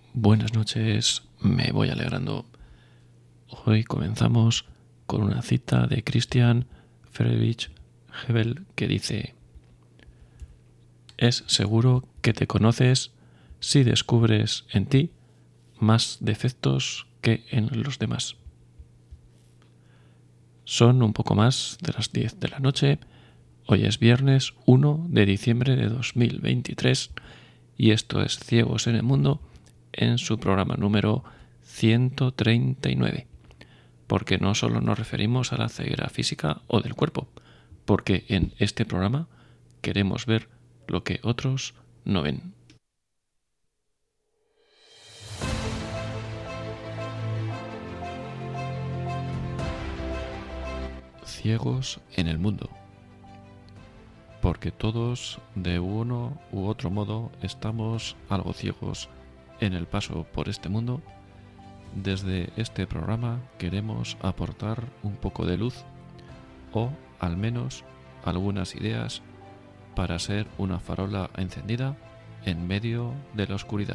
Buenas noches, me voy alegrando. Hoy comenzamos con una cita de Christian Friedrich Hebel que dice: es seguro que te conoces si descubres en ti más defectos que en los demás. Son un poco más de las 10 de la noche. Hoy es viernes 1 de diciembre de 2023 y esto es Ciegos en el Mundo en su programa número 139. Porque no solo nos referimos a la ceguera física o del cuerpo, porque en este programa queremos ver lo que otros no ven. Ciegos en el mundo. Porque todos, de uno u otro modo, estamos algo ciegos en el paso por este mundo. Desde este programa queremos aportar un poco de luz o, al menos, algunas ideas para ser una farola encendida en medio de la oscuridad.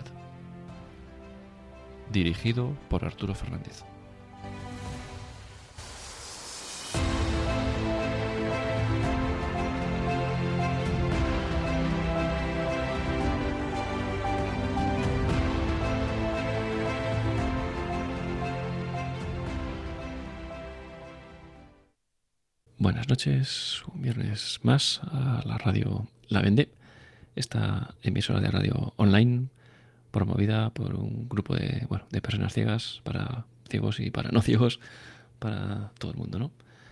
Dirigido por Arturo Fernández. Buenas noches, un viernes más a la radio La Vende, esta emisora de radio online promovida por un grupo de personas ciegas, para ciegos y para no ciegos, para todo el mundo, ¿no?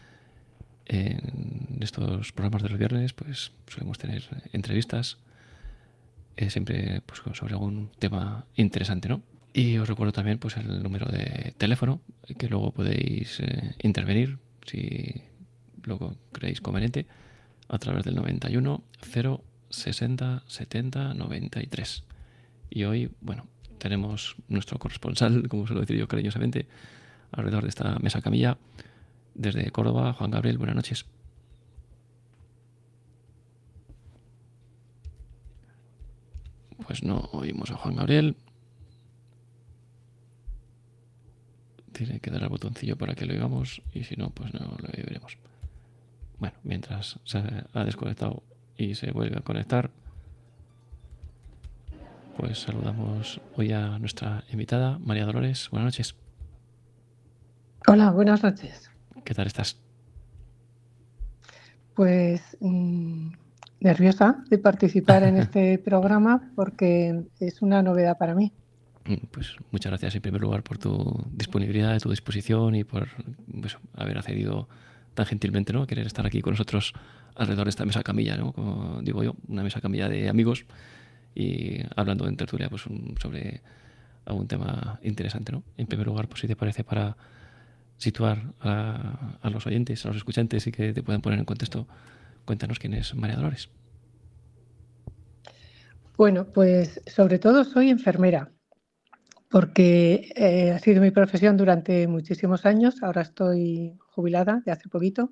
En estos programas de los viernes pues solemos tener entrevistas, siempre pues sobre algún tema interesante, ¿no? Y os recuerdo también pues el número de teléfono, que luego podéis intervenir si lo creéis conveniente, a través del 91 0 60 70 93. Y hoy, bueno, tenemos nuestro corresponsal, como suelo decir yo cariñosamente, alrededor de esta mesa camilla, desde Córdoba, Juan Gabriel. Buenas noches. Pues no oímos a Juan Gabriel. Tiene que dar al botoncillo para que lo oigamos, y si no, pues no lo oiremos. Bueno, mientras se ha desconectado y se vuelve a conectar, pues saludamos hoy a nuestra invitada, María Dolores. Buenas noches. Hola, buenas noches. ¿Qué tal estás? Pues nerviosa de participar en este programa porque es una novedad para mí. Pues muchas gracias en primer lugar por tu disponibilidad, tu disposición y por pues, haber accedido tan gentilmente, ¿no? Querer estar aquí con nosotros alrededor de esta mesa camilla, ¿no? Como digo yo, una mesa camilla de amigos y hablando en tertulia pues sobre algún tema interesante, ¿no? En primer lugar, pues si te parece, para situar a los oyentes, a los escuchantes y que te puedan poner en contexto, cuéntanos quién es María Dolores. Bueno, pues sobre todo soy enfermera, porque ha sido mi profesión durante muchísimos años. Ahora estoy jubilada de hace poquito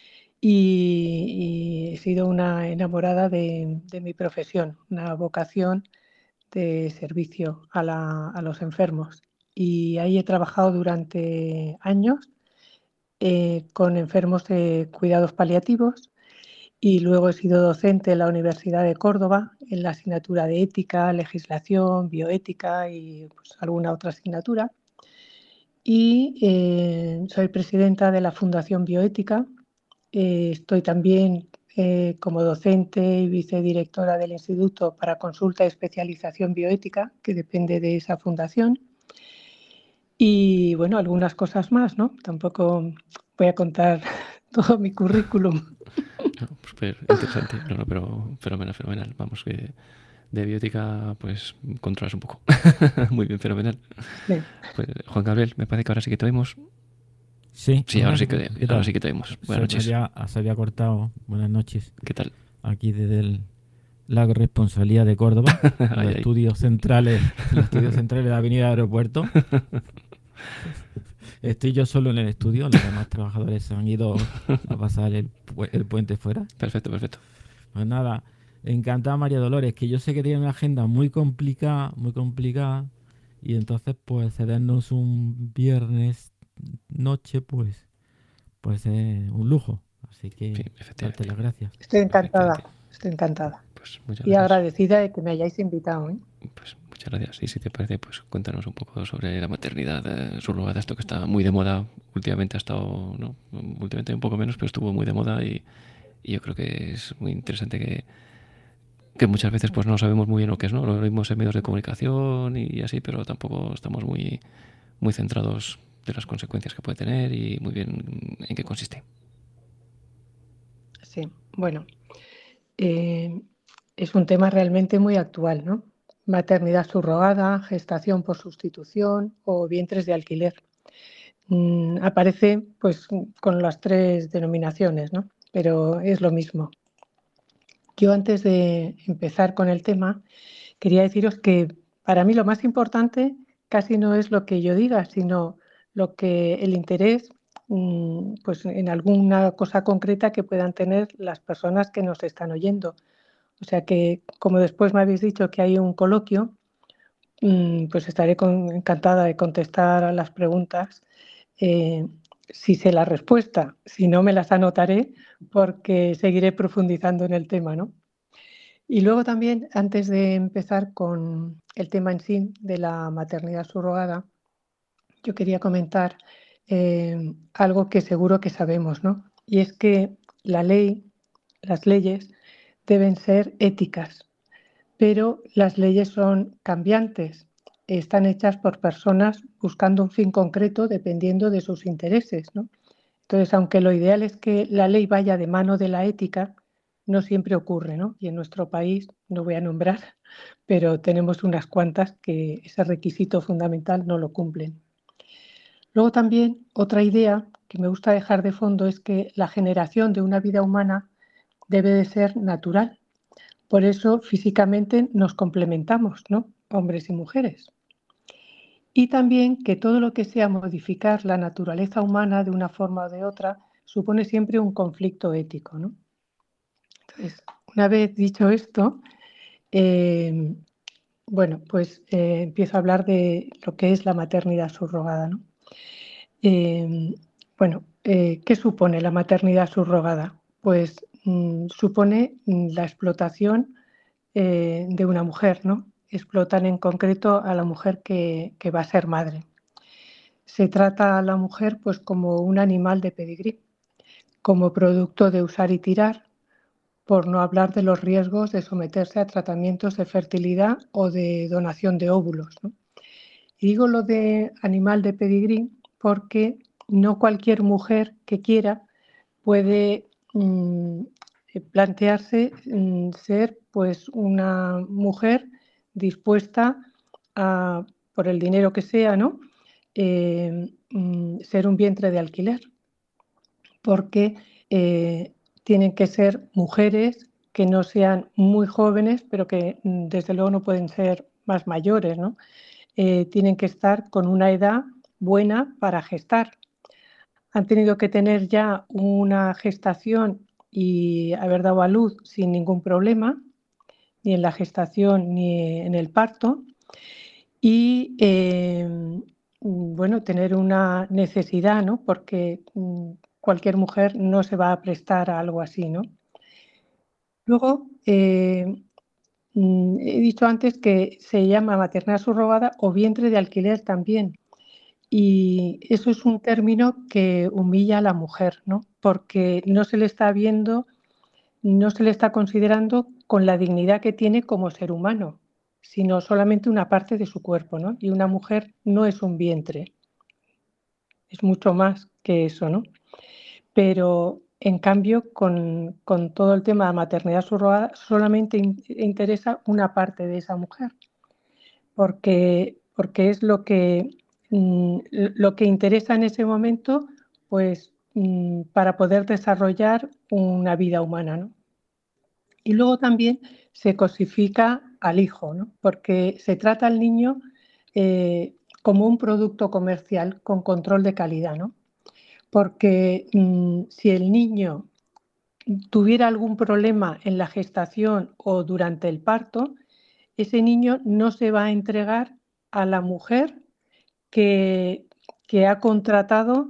y he sido una enamorada de mi profesión, una vocación de servicio a los enfermos. Y ahí he trabajado durante años con enfermos de cuidados paliativos, y luego he sido docente en la Universidad de Córdoba en la asignatura de ética, legislación, bioética y pues, alguna otra asignatura. Y soy presidenta de la Fundación Bioética. Estoy también como docente y vicedirectora del Instituto para Consulta y Especialización Bioética, que depende de esa fundación. Y bueno, algunas cosas más, ¿no? Tampoco voy a contar todo mi currículum. No, súper interesante, no, pero fenomenal. Vamos, que de biótica pues controlas un poco. Muy bien, fenomenal. Sí. Pues Juan Gabriel, me parece que ahora sí que te oímos. Sí, Sí, hola, ahora sí ¿qué tal? que te oímos. Buenas noches. Se había cortado. Buenas noches. ¿Qué tal? Aquí desde la responsabilidad de Córdoba, Ay, ay. estudios centrales de la Avenida Aeropuerto. Estoy yo solo en el estudio, los demás trabajadores se han ido a pasar el puente fuera. Perfecto. Pues nada, encantada María Dolores, que yo sé que tiene una agenda muy complicada Y entonces, pues, cedernos un viernes noche, pues es un lujo. Así Sí, que darte efectivamente. las gracias. Estoy Efectivamente. encantada Pues muchas y gracias. agradecida de que me hayáis invitado, ¿eh? Pues muchas gracias. Y si te parece, pues cuéntanos un poco sobre la maternidad subrogada, esto que está muy de moda. Últimamente ha estado, ¿no? Últimamente un poco menos, pero estuvo muy de moda y yo creo que es muy interesante que muchas veces pues no sabemos muy bien lo que es, ¿no? Lo vimos en medios de comunicación y así, pero tampoco estamos muy centrados de las consecuencias que puede tener y muy bien en qué consiste. Sí, bueno, eh, es un tema realmente muy actual, ¿no? Maternidad subrogada, gestación por sustitución o vientres de alquiler. Aparece pues con las tres denominaciones, ¿no? Pero es lo mismo. Yo antes de empezar con el tema, quería deciros que para mí lo más importante casi no es lo que yo diga, sino lo que el interés pues en alguna cosa concreta que puedan tener las personas que nos están oyendo. O sea que, como después me habéis dicho que hay un coloquio, pues estaré encantada de contestar a las preguntas. eh, si sé la respuesta, si no me las anotaré porque seguiré profundizando en el tema, ¿no? Y luego también, antes de empezar con el tema en sí de la maternidad subrogada, yo quería comentar algo que seguro que sabemos, ¿no? Y es que la ley, las leyes deben ser éticas, pero las leyes son cambiantes, están hechas por personas buscando un fin concreto dependiendo de sus intereses, ¿no? Entonces, aunque lo ideal es que la ley vaya de mano de la ética, no siempre ocurre, ¿no? Y en nuestro país, no voy a nombrar, pero tenemos unas cuantas que ese requisito fundamental no lo cumplen. Luego también otra idea que me gusta dejar de fondo es que la generación de una vida humana debe de ser natural. Por eso físicamente nos complementamos, ¿no? Hombres y mujeres. Y también que todo lo que sea modificar la naturaleza humana de una forma o de otra supone siempre un conflicto ético, ¿no? Entonces, una vez dicho esto, eh, bueno, pues empiezo a hablar de lo que es la maternidad subrogada, ¿no? Eh, bueno, ¿qué supone la maternidad subrogada? Pues supone la explotación de una mujer, ¿no? Explotan en concreto a la mujer que va a ser madre. Se trata a la mujer pues como un animal de pedigrí, como producto de usar y tirar, por no hablar de los riesgos de someterse a tratamientos de fertilidad o de donación de óvulos, ¿no? Y digo lo de animal de pedigrí porque no cualquier mujer que quiera puede plantearse ser pues una mujer dispuesta a, por el dinero que sea, ¿no? Ser un vientre de alquiler, porque tienen que ser mujeres que no sean muy jóvenes, pero que desde luego no pueden ser más mayores, ¿no? Tienen que estar con una edad buena para gestar. Han tenido que tener ya una gestación y haber dado a luz sin ningún problema, ni en la gestación ni en el parto. Y bueno, tener una necesidad, ¿no? Porque cualquier mujer no se va a prestar a algo así, ¿no? Luego, he dicho antes que se llama maternidad subrogada o vientre de alquiler también. Y eso es un término que humilla a la mujer, ¿no? Porque no se le está viendo, no se le está considerando con la dignidad que tiene como ser humano, sino solamente una parte de su cuerpo, ¿no? Y una mujer no es un vientre, es mucho más que eso, ¿no? Pero en cambio, con todo el tema de maternidad subrogada, solamente interesa una parte de esa mujer, porque es lo que interesa en ese momento, pues para poder desarrollar una vida humana, ¿no? Y luego también se cosifica al hijo, ¿no? Porque se trata al niño como un producto comercial con control de calidad, ¿no? Porque si el niño tuviera algún problema en la gestación o durante el parto, ese niño no se va a entregar a la mujer que ha contratado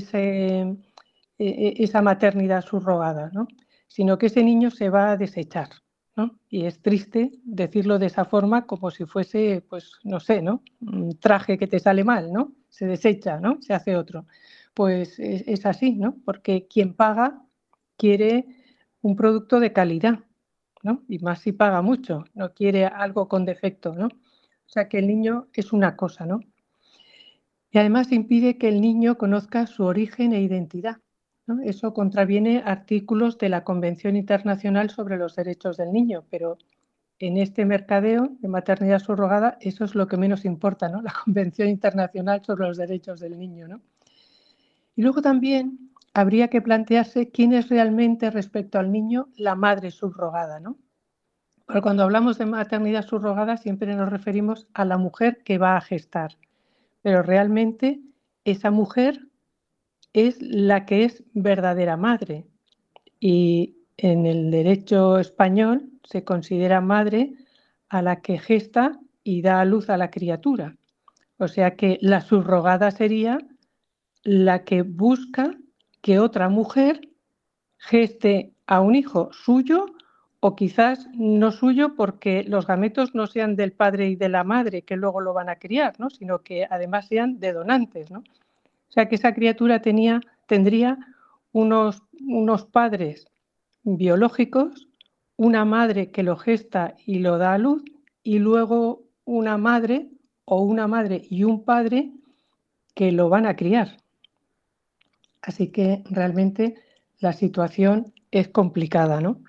esa maternidad subrogada, ¿no? Sino que ese niño se va a desechar, ¿no? Y es triste decirlo de esa forma, como si fuese, pues, no sé, ¿no? Un traje que te sale mal, ¿no? Se desecha, ¿no? Se hace otro. Pues es así, ¿no? Porque quien paga quiere un producto de calidad, ¿no? Y más si paga mucho, no quiere algo con defecto, ¿no? O sea que el niño es una cosa, ¿no? Y además impide que el niño conozca su origen e identidad, ¿no? Eso contraviene artículos de la Convención Internacional sobre los Derechos del Niño, pero en este mercadeo de maternidad subrogada eso es lo que menos importa, ¿no? La Convención Internacional sobre los Derechos del Niño, ¿no? Y luego también habría que plantearse quién es realmente respecto al niño la madre subrogada, ¿no? Porque cuando hablamos de maternidad subrogada siempre nos referimos a la mujer que va a gestar, pero realmente esa mujer es la que es verdadera madre y en el derecho español se considera madre a la que gesta y da a luz a la criatura. O sea que la subrogada sería la que busca que otra mujer geste a un hijo suyo o quizás no suyo porque los gametos no sean del padre y de la madre que luego lo van a criar, ¿no? Sino que además sean de donantes, ¿no? O sea que esa criatura tendría unos padres biológicos, una madre que lo gesta y lo da a luz y luego una madre o una madre y un padre que lo van a criar. Así que realmente la situación es complicada, ¿no?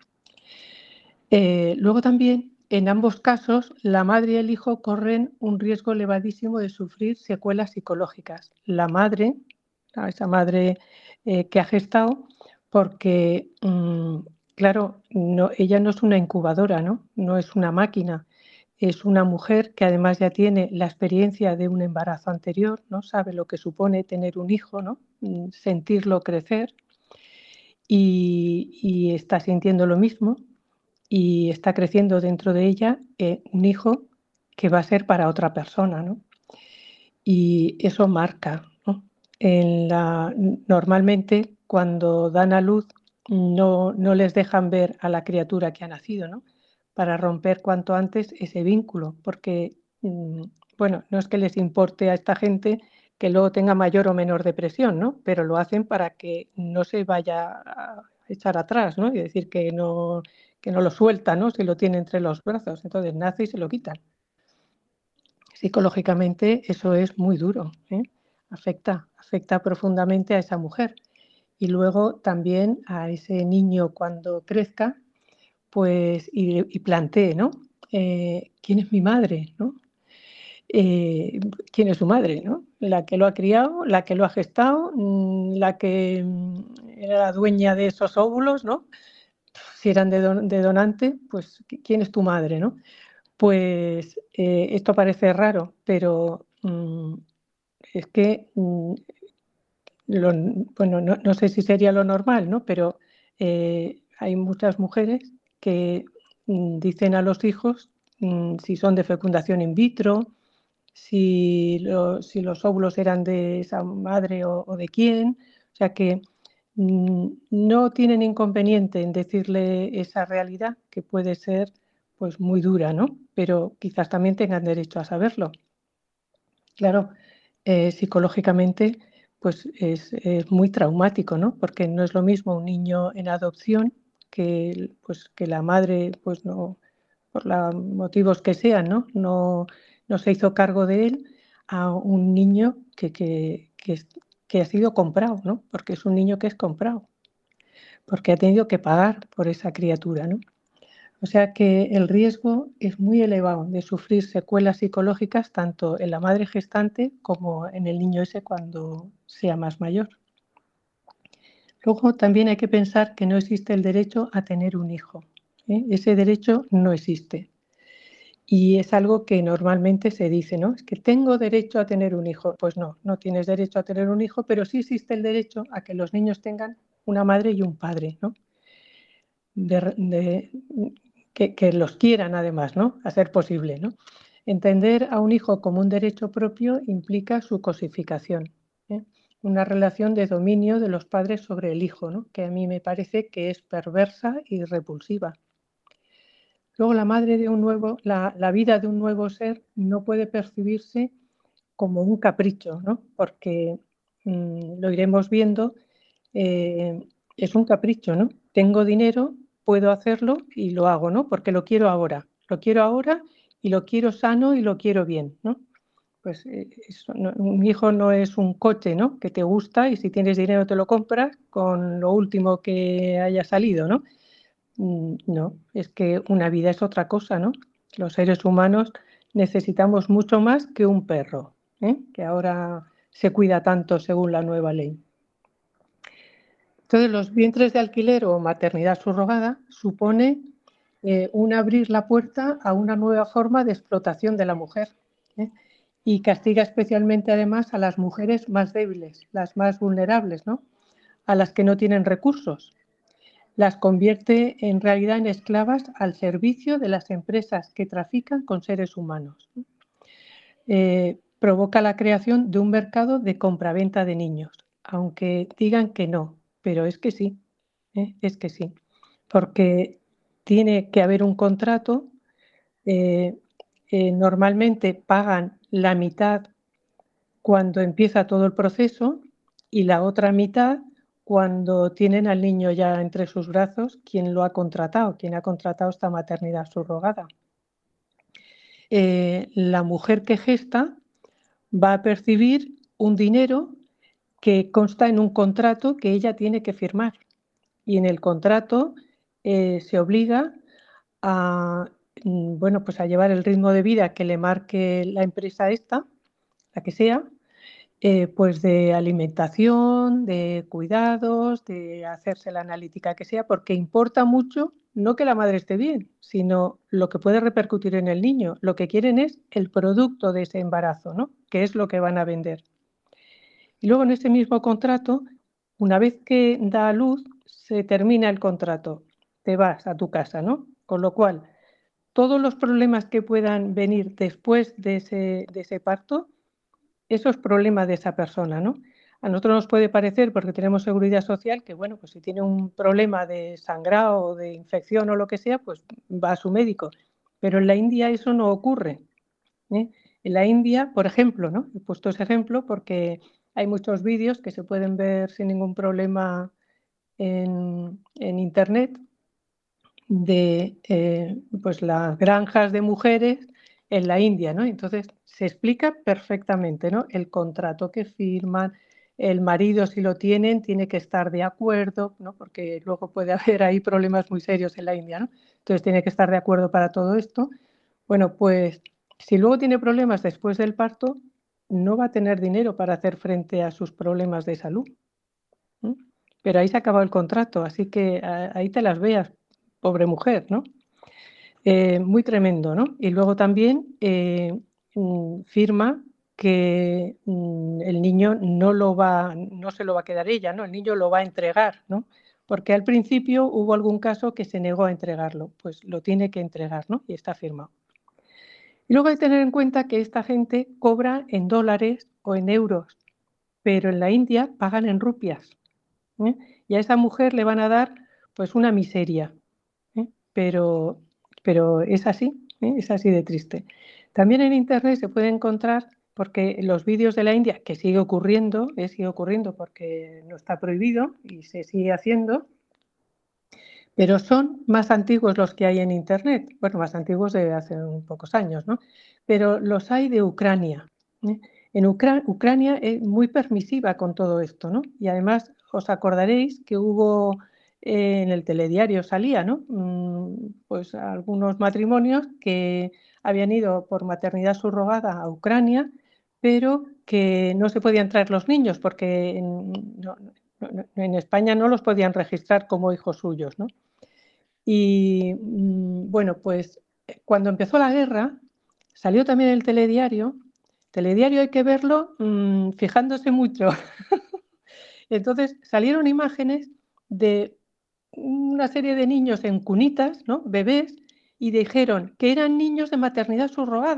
Luego también, en ambos casos, la madre y el hijo corren un riesgo elevadísimo de sufrir secuelas psicológicas. La madre, esa madre que ha gestado, porque, claro, ella no es una incubadora, ¿no? No es una máquina. Es una mujer que además ya tiene la experiencia de un embarazo anterior, ¿no? Sabe lo que supone tener un hijo, ¿no? Sentirlo crecer y está sintiendo lo mismo y está creciendo dentro de ella un hijo que va a ser para otra persona, ¿no? Y eso marca, ¿no? Normalmente cuando dan a luz no les dejan ver a la criatura que ha nacido, ¿no? Para romper cuanto antes ese vínculo, porque, bueno, no es que les importe a esta gente que luego tenga mayor o menor depresión, ¿no? Pero lo hacen para que no se vaya a echar atrás, ¿no? Y decir que no lo suelta, ¿no? Si lo tiene entre los brazos. Entonces nace y se lo quitan. Psicológicamente eso es muy duro, ¿eh? Afecta profundamente a esa mujer. Y luego también a ese niño cuando crezca, pues, y plantee, ¿no? ¿Quién es mi madre, no? ¿Quién es su madre, no? La que lo ha criado, la que lo ha gestado, la que era la dueña de esos óvulos, ¿no? Si eran de donante, pues, ¿quién es tu madre, no? Pues esto parece raro, pero es que, bueno, no sé si sería lo normal, ¿no? Pero hay muchas mujeres que dicen a los hijos si son de fecundación in vitro, si los óvulos eran de esa madre o de quién. O sea que no tienen inconveniente en decirle esa realidad, que puede ser pues muy dura, ¿no? Pero quizás también tengan derecho a saberlo. Claro, psicológicamente pues es muy traumático, ¿no? Porque no es lo mismo un niño en adopción que la madre, pues no, por los motivos que sean, ¿no? No se hizo cargo de él, a un niño que ha sido comprado, ¿no? Porque es un niño que es comprado, porque ha tenido que pagar por esa criatura, ¿no? O sea que el riesgo es muy elevado de sufrir secuelas psicológicas tanto en la madre gestante como en el niño ese cuando sea más mayor. Luego también hay que pensar que no existe el derecho a tener un hijo, ¿eh? Ese derecho no existe. Y es algo que normalmente se dice, ¿no? Es que tengo derecho a tener un hijo. Pues no, no tienes derecho a tener un hijo, pero sí existe el derecho a que los niños tengan una madre y un padre, ¿no? Que los quieran además, ¿no? A ser posible, ¿no? Entender a un hijo como un derecho propio implica su cosificación, ¿eh? Una relación de dominio de los padres sobre el hijo, ¿no? Que a mí me parece que es perversa y repulsiva. Luego la vida de un nuevo ser no puede percibirse como un capricho, ¿no? Porque lo iremos viendo, es un capricho, ¿no? Tengo dinero, puedo hacerlo y lo hago, ¿no? Porque lo quiero ahora y lo quiero sano y lo quiero bien, ¿no? Pues un hijo no es un coche, ¿no? Que te gusta y si tienes dinero te lo compras con lo último que haya salido, ¿no? No, es que una vida es otra cosa, ¿no? Los seres humanos necesitamos mucho más que un perro, que ahora se cuida tanto según la nueva ley. Entonces, los vientres de alquiler o maternidad subrogada supone un abrir la puerta a una nueva forma de explotación de la mujer, ¿eh? Y castiga especialmente además a las mujeres más débiles, las más vulnerables, ¿no? A las que no tienen recursos. Las convierte en realidad en esclavas al servicio de las empresas que trafican con seres humanos. Provoca la creación de un mercado de compraventa de niños, aunque digan que no, pero es que sí, es que sí, porque tiene que haber un contrato, normalmente pagan la mitad cuando empieza todo el proceso y la otra mitad cuando tienen al niño ya entre sus brazos, quien lo ha contratado, quien ha contratado esta maternidad subrogada. La mujer que gesta va a percibir un dinero que consta en un contrato que ella tiene que firmar. Y en el contrato se obliga a, bueno, pues a llevar el ritmo de vida que le marque la empresa esta, la que sea, pues de alimentación, de cuidados, de hacerse la analítica que sea, porque importa mucho no que la madre esté bien, sino lo que puede repercutir en el niño. Lo que quieren es el producto de ese embarazo, ¿no? Que es lo que van a vender. Y luego en ese mismo contrato, una vez que da a luz, se termina el contrato, te vas a tu casa, ¿no? Con lo cual, todos los problemas que puedan venir después de ese parto, eso es problema de esa persona, ¿no? A nosotros nos puede parecer, porque tenemos seguridad social, que bueno, pues si tiene un problema de sangrado o de infección o lo que sea, pues va a su médico. Pero en la India eso no ocurre, ¿eh? En la India, por ejemplo, ¿no? He puesto ese ejemplo porque hay muchos vídeos que se pueden ver sin ningún problema en Internet de pues las granjas de mujeres en la India, ¿no? Entonces se explica perfectamente, ¿no? El contrato que firman, el marido si lo tienen tiene que estar de acuerdo, ¿no? Porque luego puede haber ahí problemas muy serios en la India, ¿no? Entonces tiene que estar de acuerdo para todo esto. Bueno, pues si luego tiene problemas después del parto, no va a tener dinero para hacer frente a sus problemas de salud. Pero ahí se ha acabado el contrato, así que ahí te las veas, pobre mujer, ¿no? Muy tremendo, ¿no? Y luego también firma que el niño no se lo va a quedar ella, ¿no? El niño lo va a entregar, ¿no? Porque al principio hubo algún caso que se negó a entregarlo, pues lo tiene que entregar, ¿no? Y está firmado. Y luego hay que tener en cuenta que esta gente cobra en dólares o en euros, pero en la India pagan en rupias, ¿eh? Y a esa mujer le van a dar pues una miseria, ¿eh? Pero es así de triste. También en Internet se puede encontrar, porque los vídeos de la India, que sigue ocurriendo porque no está prohibido y se sigue haciendo, pero son más antiguos los que hay en Internet, bueno, más antiguos de hace pocos años, ¿no? Pero los hay de Ucrania, ¿eh? En Ucrania es muy permisiva con todo esto, ¿no? Y además os acordaréis que hubo en el telediario salía, ¿no? Pues algunos matrimonios que habían ido por maternidad subrogada a Ucrania, pero que no se podían traer los niños porque en España no los podían registrar como hijos suyos, ¿no? Y bueno, pues cuando empezó la guerra, salió también el telediario. Telediario hay que verlo fijándose mucho. Entonces salieron imágenes de una serie de niños en cunitas, ¿no? Bebés, y dijeron que eran niños de maternidad subrogada.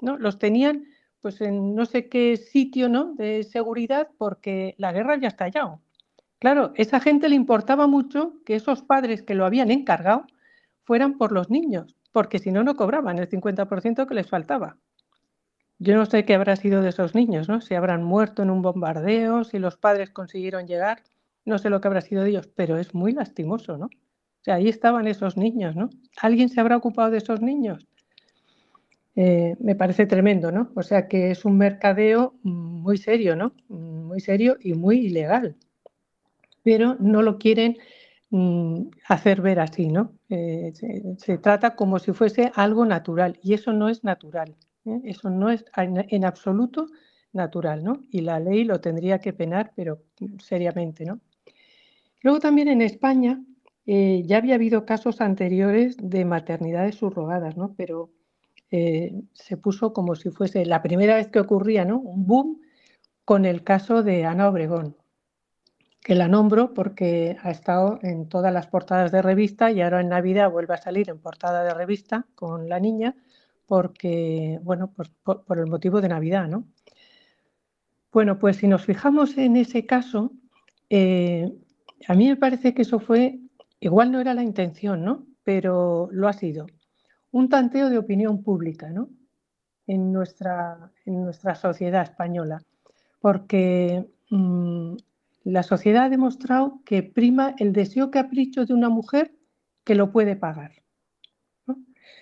¿no? Los tenían pues en no sé qué sitio, ¿no?, de seguridad porque la guerra había estallado. Claro, esa gente le importaba mucho que esos padres que lo habían encargado fueran por los niños, porque si no, no cobraban el 50% que les faltaba. Yo no sé qué habrá sido de esos niños, ¿no? Si habrán muerto en un bombardeo, si los padres consiguieron llegar, no sé lo que habrá sido de ellos, pero es muy lastimoso, ¿no? O sea, ahí estaban esos niños, ¿no? ¿Alguien se habrá ocupado de esos niños? Me parece tremendo, ¿no? O sea, que es un mercadeo muy serio, ¿no? Muy serio y muy ilegal, pero no lo quieren hacer ver así, ¿no? Se trata como si fuese algo natural y eso no es natural, ¿eh? Eso no es en absoluto natural, ¿no? Y la ley lo tendría que penar, pero seriamente, ¿no? Luego también en España ya había habido casos anteriores de maternidades subrogadas, ¿no? Pero se puso como si fuese la primera vez que ocurría, ¿no?, un boom con el caso de Ana Obregón, que la nombro porque ha estado en todas las portadas de revista y ahora en Navidad vuelve a salir en portada de revista con la niña porque, bueno, pues por el motivo de Navidad, ¿no? Bueno, pues si nos fijamos en ese caso, a mí me parece que eso fue, igual no era la intención, ¿no?, pero lo ha sido, un tanteo de opinión pública, ¿no?, en nuestra sociedad española, porque la sociedad ha demostrado que prima el deseo capricho de una mujer que lo puede pagar, ¿no?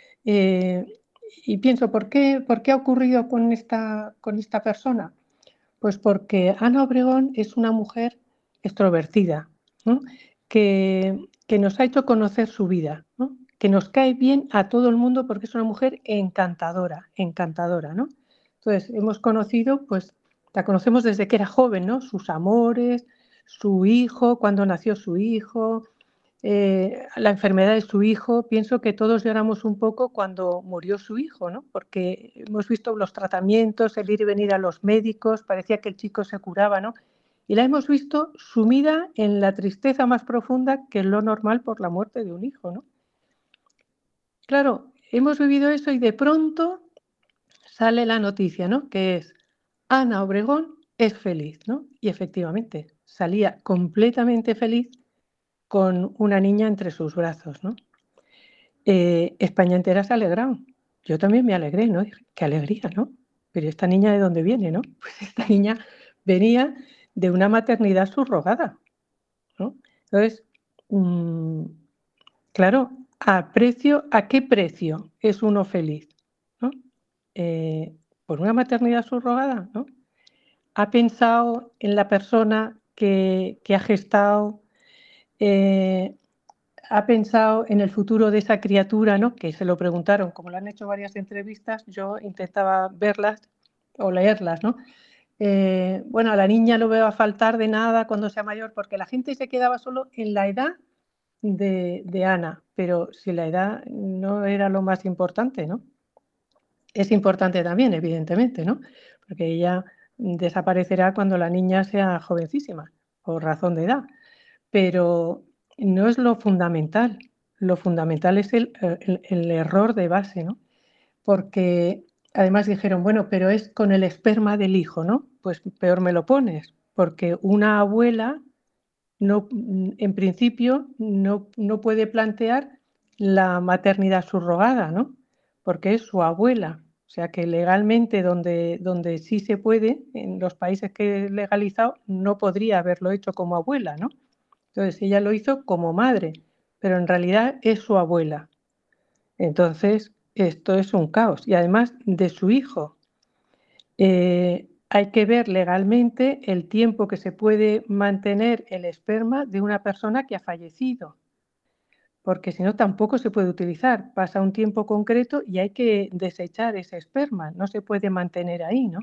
Y pienso, ¿por qué ha ocurrido con esta persona? Pues porque Ana Obregón es una mujer extrovertida, ¿no?, que nos ha hecho conocer su vida, ¿no?, que nos cae bien a todo el mundo porque es una mujer encantadora, encantadora, ¿no? Entonces, hemos conocido, pues, la conocemos desde que era joven, ¿no?, sus amores, su hijo, cuando nació su hijo, la enfermedad de su hijo. Pienso que todos lloramos un poco cuando murió su hijo, ¿no?, porque hemos visto los tratamientos, el ir y venir a los médicos, parecía que el chico se curaba, ¿no? Y la hemos visto sumida en la tristeza más profunda, que es lo normal por la muerte de un hijo, ¿no? Claro, hemos vivido eso y de pronto sale la noticia, ¿no?, que es Ana Obregón es feliz, ¿no? Y efectivamente, salía completamente feliz con una niña entre sus brazos, ¿no? España entera se ha alegrado. Yo también me alegré, ¿no? Dije, qué alegría, ¿no? Pero ¿esta niña de dónde viene, no? Pues esta niña venía de una maternidad subrogada, ¿no? Entonces, claro, ¿a qué precio es uno feliz, no? ¿Por una maternidad subrogada, no? ¿Ha pensado en la persona que ha gestado? ¿Ha pensado en el futuro de esa criatura, no? Que se lo preguntaron, como le han hecho varias entrevistas, yo intentaba verlas o leerlas, ¿no? Bueno, a la niña no me va a faltar de nada cuando sea mayor, porque la gente se quedaba solo en la edad de Ana, pero si la edad no era lo más importante, ¿no? Es importante también, evidentemente, ¿no? Porque ella desaparecerá cuando la niña sea jovencísima, por razón de edad. Pero no es lo fundamental es el error de base, ¿no? Porque además dijeron, bueno, pero es con el esperma del hijo, ¿no? Pues peor me lo pones, porque una abuela no, en principio no puede plantear la maternidad subrogada, ¿no? Porque es su abuela. O sea que legalmente donde sí se puede, en los países que he legalizado, no podría haberlo hecho como abuela, ¿no? Entonces ella lo hizo como madre, pero en realidad es su abuela. Entonces, esto es un caos. Y además de su hijo. Hay que ver legalmente el tiempo que se puede mantener el esperma de una persona que ha fallecido, porque si no tampoco se puede utilizar. Pasa un tiempo concreto y hay que desechar ese esperma, no se puede mantener ahí, ¿no?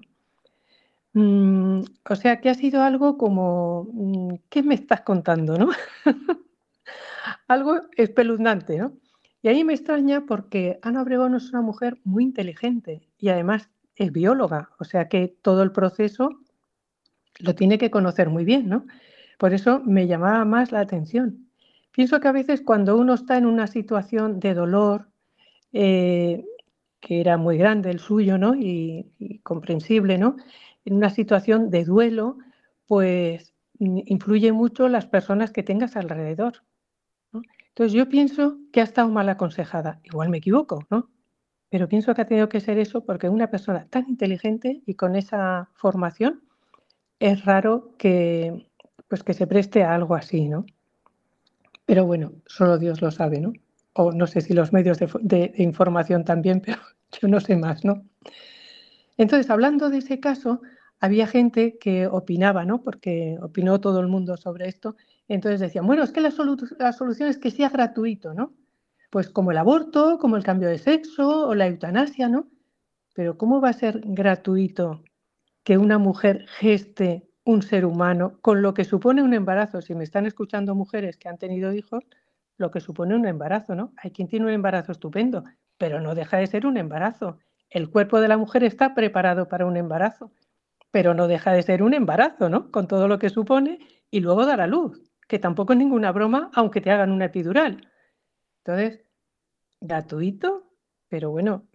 O sea que ha sido algo como, ¿qué me estás contando, no? Algo espeluznante, ¿no? Y ahí me extraña porque Ana Obregón es una mujer muy inteligente y además es bióloga, o sea que todo el proceso lo tiene que conocer muy bien, ¿no? Por eso me llamaba más la atención. Pienso que a veces cuando uno está en una situación de dolor, eh, que era muy grande el suyo, ¿no? Y comprensible, ¿no? En una situación de duelo, pues influye mucho las personas que tengas alrededor, ¿no? Entonces yo pienso que ha estado mal aconsejada. Igual me equivoco, ¿no? Pero pienso que ha tenido que ser eso porque una persona tan inteligente y con esa formación es raro que, pues que se preste a algo así, ¿no? Pero bueno, solo Dios lo sabe, ¿no? O no sé si los medios de información también, pero yo no sé más, ¿no? Entonces, hablando de ese caso, había gente que opinaba, ¿no? Porque opinó todo el mundo sobre esto. Entonces decían, bueno, es que la solución es que sea gratuito, ¿no? Pues como el aborto, como el cambio de sexo o la eutanasia, ¿no? Pero ¿cómo va a ser gratuito que una mujer geste un ser humano con lo que supone un embarazo? Si me están escuchando mujeres que han tenido hijos, lo que supone un embarazo, ¿no? Hay quien tiene un embarazo estupendo, pero no deja de ser un embarazo. El cuerpo de la mujer está preparado para un embarazo, pero no deja de ser un embarazo, ¿no? Con todo lo que supone y luego dar a luz, que tampoco es ninguna broma, aunque te hagan una epidural. Entonces, gratuito, pero bueno,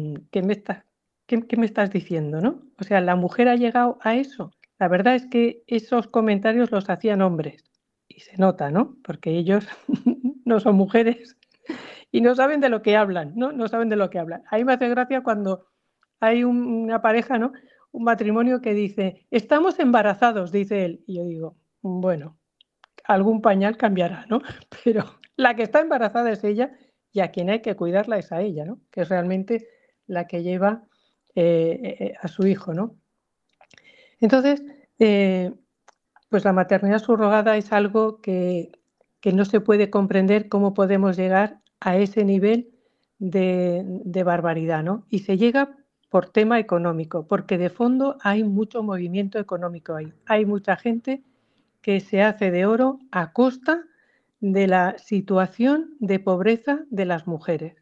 ¿qué me estás diciendo, no? O sea, ¿la mujer ha llegado a eso? La verdad es que esos comentarios los hacían hombres y se nota, ¿no? Porque ellos no son mujeres y no saben de lo que hablan, ¿no? No saben de lo que hablan. A mí me hace gracia cuando hay una pareja, ¿no? Un matrimonio que dice, estamos embarazados, dice él. Y yo digo, bueno, algún pañal cambiará, ¿no? Pero la que está embarazada es ella y a quien hay que cuidarla es a ella, ¿no? Que es realmente la que lleva a su hijo, ¿no? Entonces, pues la maternidad subrogada es algo que no se puede comprender cómo podemos llegar a ese nivel de barbaridad, ¿no? Y se llega por tema económico, porque de fondo hay mucho movimiento económico ahí. Hay mucha gente que se hace de oro a costa de la situación de pobreza de las mujeres.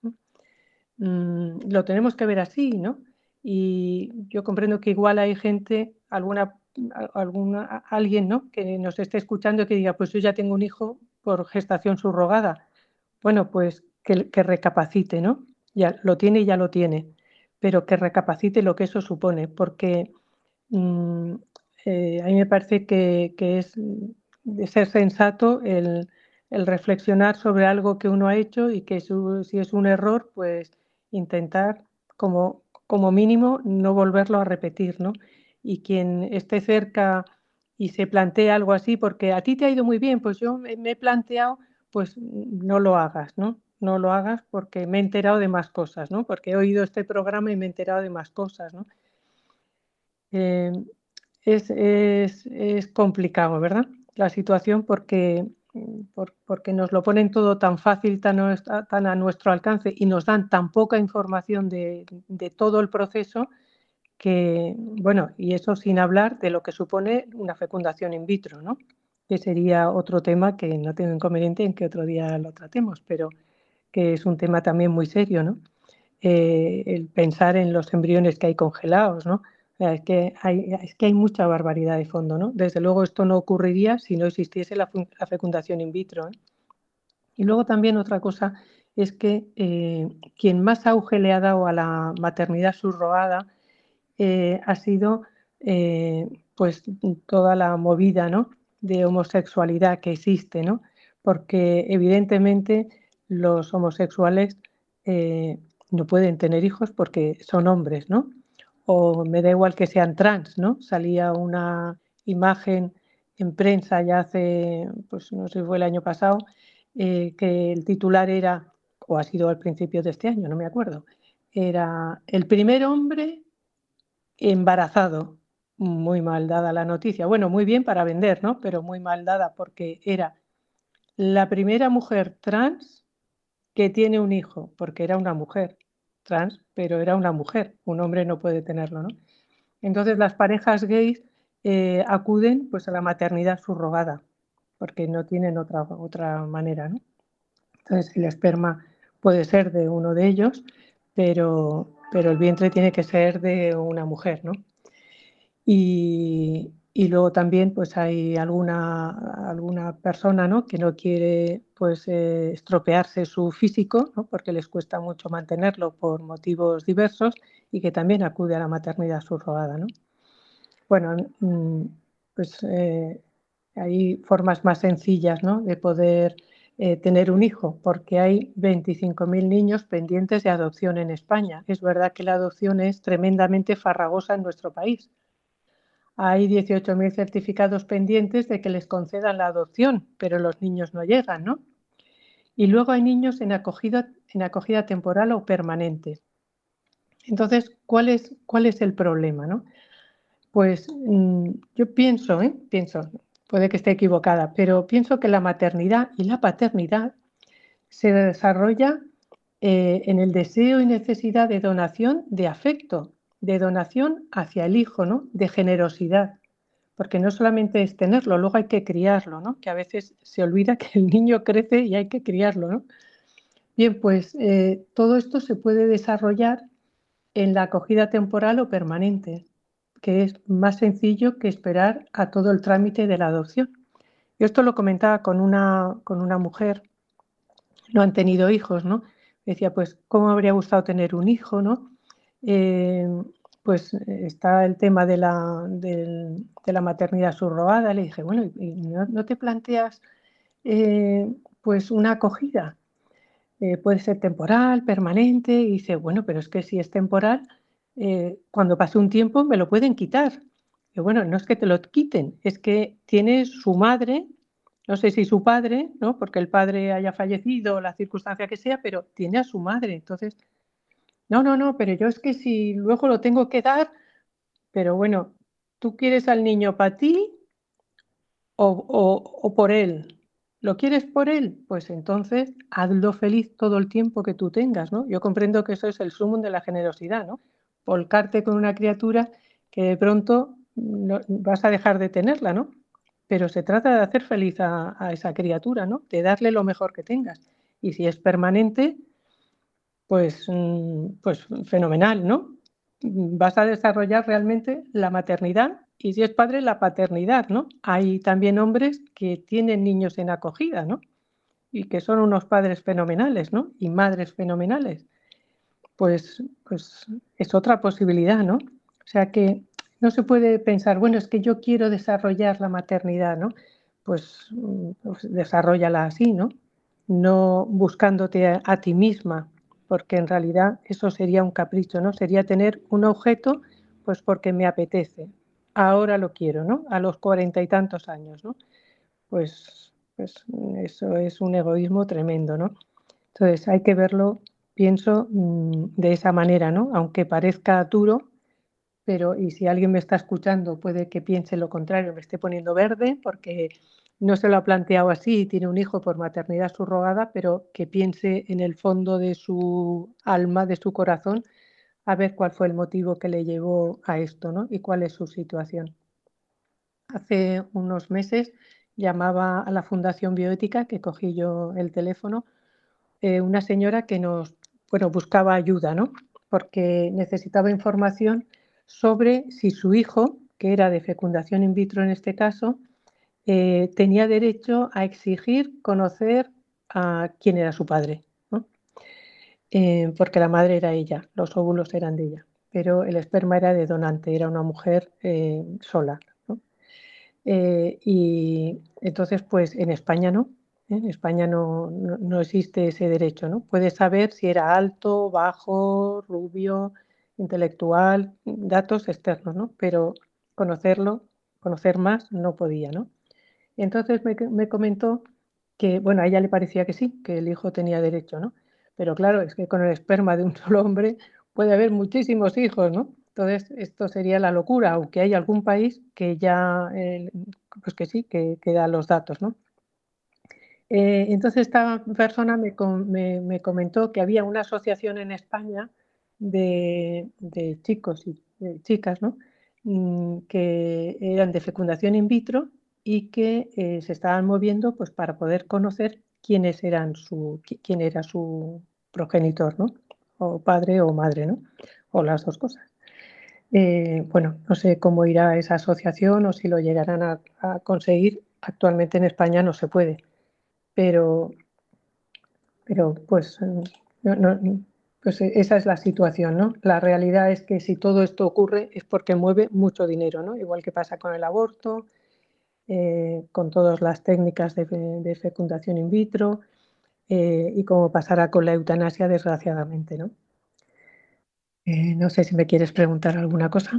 Lo tenemos que ver así, ¿no? Y yo comprendo que igual hay gente, alguien, ¿no? Que nos esté escuchando y que diga, pues yo ya tengo un hijo por gestación subrogada. Bueno, pues que recapacite, ¿no? Ya lo tiene y ya lo tiene, pero que recapacite lo que eso supone, porque mm, a mí me parece que es de ser sensato el reflexionar sobre algo que uno ha hecho y que si es un error, pues intentar como mínimo no volverlo a repetir, ¿no? Y quien esté cerca y se plantea algo así, porque a ti te ha ido muy bien, pues yo me he planteado, pues no lo hagas, ¿no? No lo hagas porque me he enterado de más cosas, ¿no? Porque he oído este programa y me he enterado de más cosas, ¿no? Eh, es complicado, ¿verdad? La situación porque nos lo ponen todo tan fácil, tan a nuestro alcance y nos dan tan poca información de todo el proceso que, bueno, y eso sin hablar de lo que supone una fecundación in vitro, ¿no? Que sería otro tema que no tengo inconveniente en que otro día lo tratemos, pero que es un tema también muy serio, ¿no? El pensar en los embriones que hay congelados, ¿no? O sea, es que hay mucha barbaridad de fondo, ¿no? Desde luego esto no ocurriría si no existiese la fecundación in vitro, ¿eh? Y luego también otra cosa es que quien más auge le ha dado a la maternidad subrogada ha sido pues toda la movida, ¿no? De homosexualidad que existe, ¿no? Porque evidentemente los homosexuales no pueden tener hijos porque son hombres, ¿no? O me da igual que sean trans, ¿no? Salía una imagen en prensa ya hace, pues no sé si fue el año pasado, que el titular era, o ha sido al principio de este año, no me acuerdo, era el primer hombre embarazado. Muy mal dada la noticia. Bueno, muy bien para vender, ¿no? Pero muy mal dada porque era la primera mujer trans que tiene un hijo, porque era una mujer trans, pero era una mujer. Un hombre no puede tenerlo, ¿no? Entonces las parejas gays acuden pues a la maternidad subrogada, porque no tienen otra manera, ¿no? Entonces el esperma puede ser de uno de ellos, pero el vientre tiene que ser de una mujer, ¿no? Y, Y luego también pues hay alguna persona, ¿no?, que no quiere pues estropearse su físico, ¿no?, porque les cuesta mucho mantenerlo por motivos diversos y que también acude a la maternidad subrogada, ¿no? Bueno, pues hay formas más sencillas, ¿no?, de poder tener un hijo, porque hay 25.000 niños pendientes de adopción en España. Es verdad que la adopción es tremendamente farragosa en nuestro país. Hay 18.000 certificados pendientes de que les concedan la adopción, pero los niños no llegan, ¿no? Y luego hay niños en acogida temporal o permanente. Entonces, ¿cuál es el problema, no? Pues yo pienso, puede que esté equivocada, pero pienso que la maternidad y la paternidad se desarrolla en el deseo y necesidad de donación de afecto, de donación hacia el hijo, ¿no?, de generosidad. Porque no solamente es tenerlo, luego hay que criarlo, ¿no?, que a veces se olvida que el niño crece y hay que criarlo, ¿no? Bien, pues todo esto se puede desarrollar en la acogida temporal o permanente, que es más sencillo que esperar a todo el trámite de la adopción. Yo esto lo comentaba con una mujer, no han tenido hijos, ¿no? Decía, pues, ¿cómo me habría gustado tener un hijo, no? Pues está el tema de la maternidad subrogada. Le dije, bueno, ¿y no te planteas pues una acogida? Puede ser temporal, permanente. Y dice, bueno, pero es que si es temporal, cuando pase un tiempo me lo pueden quitar. Y bueno, no es que te lo quiten, es que tiene su madre, no sé si su padre, ¿no?, porque el padre haya fallecido o la circunstancia que sea, pero tiene a su madre. Entonces, no, pero yo es que si luego lo tengo que dar, pero bueno, ¿tú quieres al niño para ti o por él? ¿Lo quieres por él? Pues entonces hazlo feliz todo el tiempo que tú tengas, ¿no? Yo comprendo que eso es el sumum de la generosidad, ¿no? Volcarte con una criatura que de pronto no, vas a dejar de tenerla, ¿no? Pero se trata de hacer feliz a esa criatura, ¿no?, de darle lo mejor que tengas. Y si es permanente, pues, pues fenomenal, ¿no? Vas a desarrollar realmente la maternidad y si es padre, la paternidad, ¿no? Hay también hombres que tienen niños en acogida, ¿no?, y que son unos padres fenomenales, ¿no?, y madres fenomenales. Pues es otra posibilidad, ¿no? O sea que no se puede pensar, bueno, es que yo quiero desarrollar la maternidad, ¿no? Pues desarróllala así, ¿no? No buscándote a ti misma, porque en realidad eso sería un capricho, ¿no? Sería tener un objeto, pues porque me apetece. Ahora lo quiero, ¿no? A los 40 y tantos años, ¿no? Pues eso es un egoísmo tremendo, ¿no? Entonces hay que verlo, pienso, de esa manera, ¿no? Aunque parezca duro, pero y si alguien me está escuchando puede que piense lo contrario, me esté poniendo verde porque no se lo ha planteado así y tiene un hijo por maternidad subrogada, pero que piense en el fondo de su alma, de su corazón, a ver cuál fue el motivo que le llevó a esto, ¿no?, y cuál es su situación. Hace unos meses llamaba a la Fundación Bioética, que cogí yo el teléfono, una señora que buscaba ayuda, ¿no?, porque necesitaba información sobre si su hijo, que era de fecundación in vitro en este caso, tenía derecho a exigir conocer a quién era su padre, ¿no? Porque la madre era ella, los óvulos eran de ella, pero el esperma era de donante, era una mujer sola, ¿no? Y entonces, pues en España no, en España no existe ese derecho, ¿no? Puedes saber si era alto, bajo, rubio, intelectual, datos externos, ¿no? Pero conocer más no podía, ¿no? Entonces me comentó que, bueno, a ella le parecía que sí, que el hijo tenía derecho, ¿no? Pero claro, es que con el esperma de un solo hombre puede haber muchísimos hijos, ¿no? Entonces, esto sería la locura, aunque hay algún país que ya, pues que sí, que da los datos, ¿no? Entonces esta persona me comentó que había una asociación en España de chicos y de chicas, ¿no?, que eran de fecundación in vitro y que se estaban moviendo pues para poder conocer quién era su progenitor, ¿no?, o padre o madre, ¿no?, o las dos cosas. Bueno, no sé cómo irá esa asociación o si lo llegarán a conseguir. Actualmente en España no se puede, pero, pues, pues esa es la situación, ¿no? La realidad es que si todo esto ocurre es porque mueve mucho dinero, ¿no? Igual que pasa con el aborto, con todas las técnicas de fecundación in vitro, y como pasará con la eutanasia, desgraciadamente, ¿no? No sé si me quieres preguntar alguna cosa.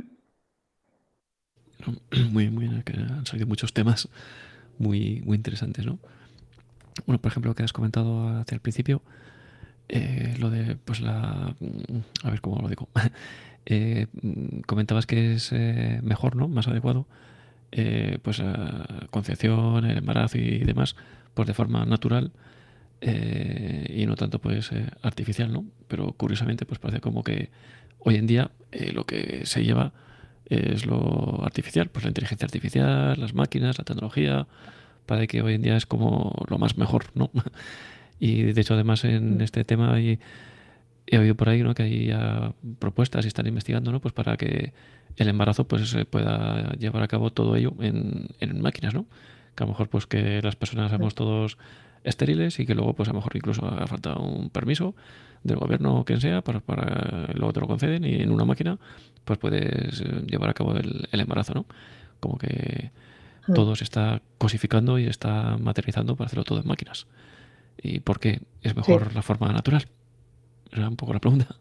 Muy, muy bien, que han salido muchos temas muy, muy interesantes, ¿no? Bueno, por ejemplo, lo que has comentado hacia el principio, lo de, pues a ver cómo lo digo. Comentabas que es mejor, ¿no? Más adecuado, pues la concepción, el embarazo y demás, pues de forma natural y no tanto pues artificial, ¿no? Pero curiosamente pues parece como que hoy en día lo que se lleva es lo artificial, pues la inteligencia artificial, las máquinas, la tecnología, parece que hoy en día es como lo más mejor, ¿no? Y de hecho además en este tema he oído por ahí, ¿no? Que hay ya propuestas y están investigando, ¿no? Pues para que el embarazo pues se pueda llevar a cabo todo ello en máquinas, ¿no? Que a lo mejor pues que las personas seamos todos estériles y que luego pues a lo mejor incluso haga falta un permiso del gobierno o quien sea para luego te lo conceden y en una máquina pues puedes llevar a cabo el embarazo, ¿no? Como que todo se está cosificando y está materializando para hacerlo todo en máquinas. ¿Y por qué es Sí. mejor la forma natural? Era un poco la pregunta.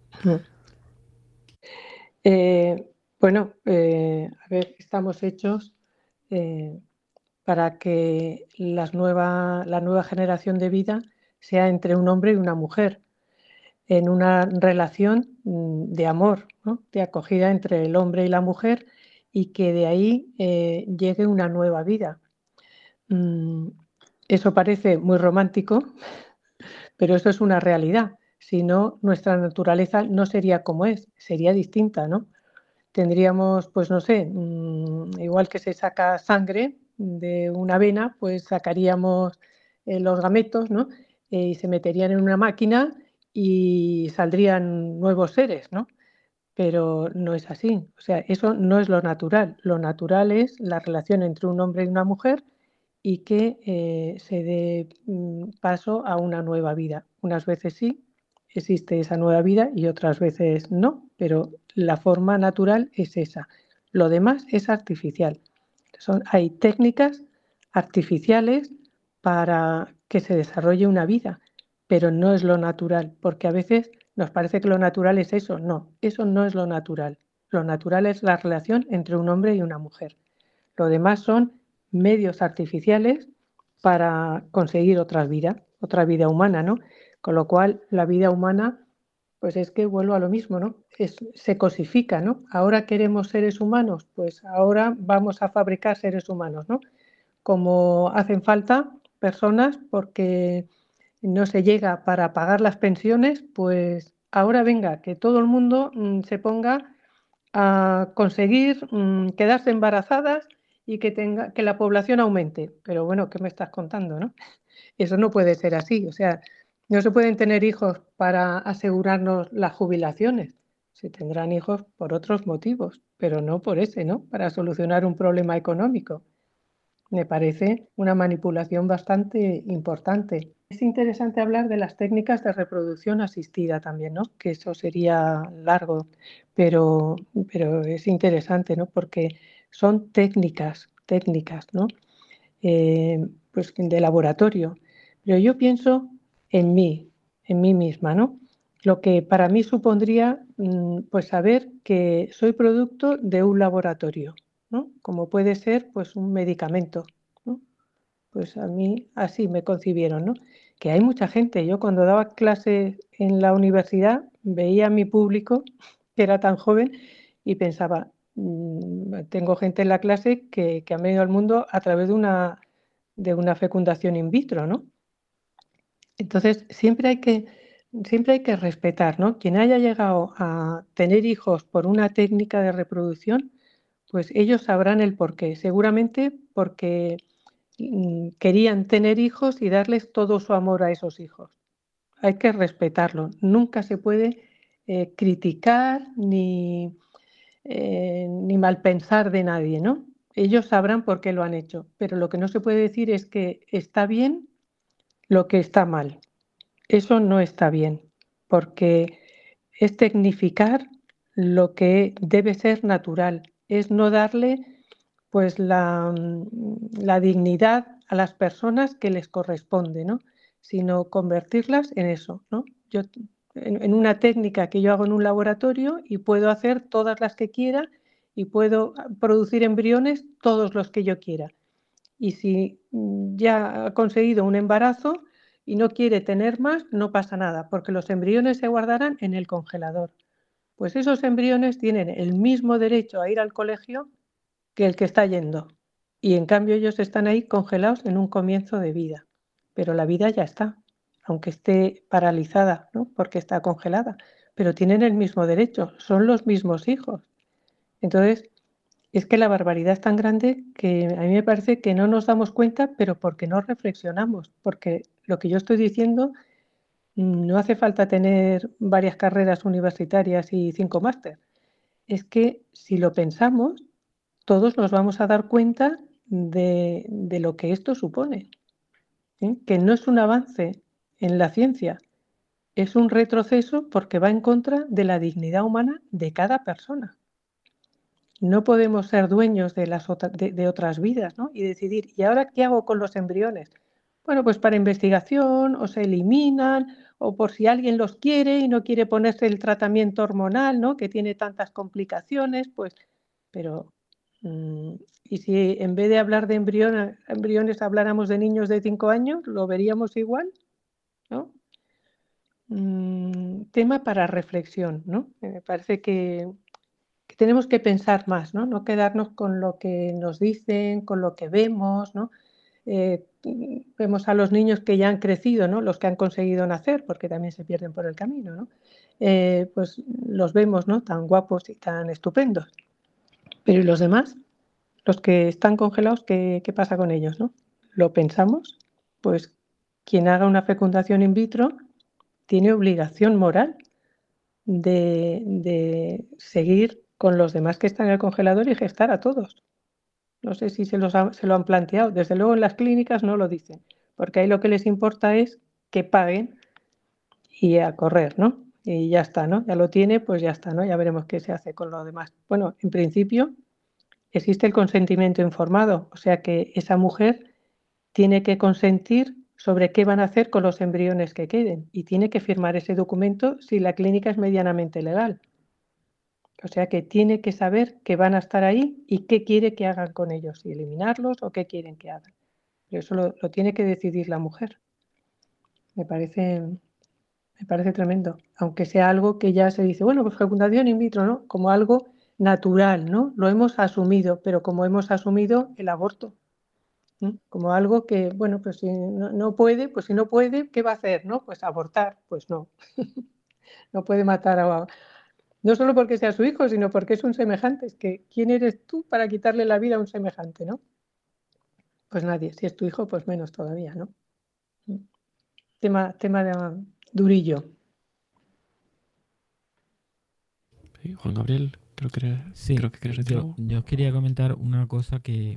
Bueno, a ver, estamos hechos para que la nueva generación de vida sea entre un hombre y una mujer, en una relación de amor, ¿no? De acogida entre el hombre y la mujer, y que de ahí llegue una nueva vida. Mm, Eso parece muy romántico, pero eso es una realidad. Si no, nuestra naturaleza no sería como es, sería distinta, ¿no? Tendríamos, pues no sé, igual que se saca sangre de una vena, pues sacaríamos los gametos, ¿no? Y se meterían en una máquina y saldrían nuevos seres, ¿no? Pero no es así. O sea, eso no es lo natural. Lo natural es la relación entre un hombre y una mujer y que se dé paso a una nueva vida. Unas veces sí, existe esa nueva vida y otras veces no, pero la forma natural es esa. Lo demás es artificial. Hay técnicas artificiales para que se desarrolle una vida, pero no es lo natural, porque a veces nos parece que lo natural es eso. No, eso no es lo natural. Lo natural es la relación entre un hombre y una mujer. Lo demás son medios artificiales para conseguir otra vida humana, ¿no? Con lo cual, la vida humana, pues es que vuelvo a lo mismo, ¿no? Se cosifica, ¿no? Ahora queremos seres humanos, pues ahora vamos a fabricar seres humanos, ¿no? Como hacen falta personas porque no se llega para pagar las pensiones, pues ahora venga, que todo el mundo se ponga a conseguir quedarse embarazadas y que la población aumente. Pero bueno, ¿qué me estás contando, no? Eso no puede ser así. O sea, no se pueden tener hijos para asegurarnos las jubilaciones. Se tendrán hijos por otros motivos, pero no por ese, ¿no? Para solucionar un problema económico. Me parece una manipulación bastante importante. Es interesante hablar de las técnicas de reproducción asistida también, ¿no? Que eso sería largo, pero, es interesante, ¿no? Porque son técnicas, ¿no? Pues de laboratorio. Pero yo pienso en mí misma, ¿no? Lo que para mí supondría, pues saber que soy producto de un laboratorio, ¿no? Como puede ser, pues un medicamento, ¿no? Pues a mí así me concibieron, ¿no? Que hay mucha gente. Yo cuando daba clase en la universidad veía a mi público, que era tan joven, y pensaba, tengo gente en la clase que han venido al mundo a través de una fecundación in vitro, ¿no? Entonces, siempre hay que respetar, ¿no? Quien haya llegado a tener hijos por una técnica de reproducción, pues ellos sabrán el porqué. Seguramente porque querían tener hijos y darles todo su amor a esos hijos. Hay que respetarlo. Nunca se puede criticar ni mal pensar de nadie, ¿no? Ellos sabrán por qué lo han hecho, pero lo que no se puede decir es que está bien lo que está mal. Eso no está bien, porque es tecnificar lo que debe ser natural, es no darle pues la dignidad a las personas que les corresponde, ¿no? Sino convertirlas en eso, ¿no? Yo, en una técnica que yo hago en un laboratorio y puedo hacer todas las que quiera y puedo producir embriones todos los que yo quiera. Y si ya ha conseguido un embarazo y no quiere tener más, no pasa nada, porque los embriones se guardarán en el congelador. Pues esos embriones tienen el mismo derecho a ir al colegio que el que está yendo. Y en cambio ellos están ahí congelados en un comienzo de vida. Pero la vida ya está, aunque esté paralizada, ¿no? Porque está congelada. Pero tienen el mismo derecho, son los mismos hijos. Entonces, es que la barbaridad es tan grande que a mí me parece que no nos damos cuenta, pero porque no reflexionamos. Porque lo que yo estoy diciendo, no hace falta tener varias carreras universitarias y 5 máster. Es que si lo pensamos, todos nos vamos a dar cuenta de lo que esto supone, ¿eh? Que no es un avance en la ciencia, es un retroceso porque va en contra de la dignidad humana de cada persona. No podemos ser dueños de otras vidas, ¿no? Y decidir, ¿y ahora qué hago con los embriones? Bueno, pues para investigación, o se eliminan, o por si alguien los quiere y no quiere ponerse el tratamiento hormonal, ¿no? Que tiene tantas complicaciones, pues, pero, y si en vez de hablar de embriones habláramos de niños de 5 años, ¿lo veríamos igual? ¿No? Tema para reflexión, ¿no? Me parece que tenemos que pensar más, ¿no? No quedarnos con lo que nos dicen, con lo que vemos, ¿no? Vemos a los niños que ya han crecido, ¿no? Los que han conseguido nacer, porque también se pierden por el camino, ¿no? Pues los vemos, ¿no? Tan guapos y tan estupendos. Pero ¿y los demás? Los que están congelados, ¿qué pasa con ellos, no? ¿Lo pensamos? Pues quien haga una fecundación in vitro tiene obligación moral de seguir con los demás que están en el congelador y gestar a todos. No sé si se lo han planteado. Desde luego en las clínicas no lo dicen, porque ahí lo que les importa es que paguen y a correr, ¿no? Y ya está, ¿no? Ya lo tiene, pues ya está, ¿no? Ya veremos qué se hace con lo demás. Bueno, en principio existe el consentimiento informado, o sea que esa mujer tiene que consentir sobre qué van a hacer con los embriones que queden y tiene que firmar ese documento si la clínica es medianamente legal. O sea que tiene que saber que van a estar ahí y qué quiere que hagan con ellos, si eliminarlos o qué quieren que hagan. Pero eso lo tiene que decidir la mujer. Me parece tremendo. Aunque sea algo que ya se dice, bueno, pues fecundación in vitro, ¿no? Como algo natural, ¿no? Lo hemos asumido, pero como hemos asumido el aborto, ¿no? Como algo que, bueno, pues si no puede, pues si no puede, ¿qué va a hacer, no? Pues abortar, pues no. No puede matar no solo porque sea su hijo, sino porque es un semejante. Es que, ¿quién eres tú para quitarle la vida a un semejante, no? Pues nadie. Si es tu hijo, pues menos todavía, ¿no? Tema durillo. Sí, Juan Gabriel, Sí, creo que quieres decir algo. yo quería comentar una cosa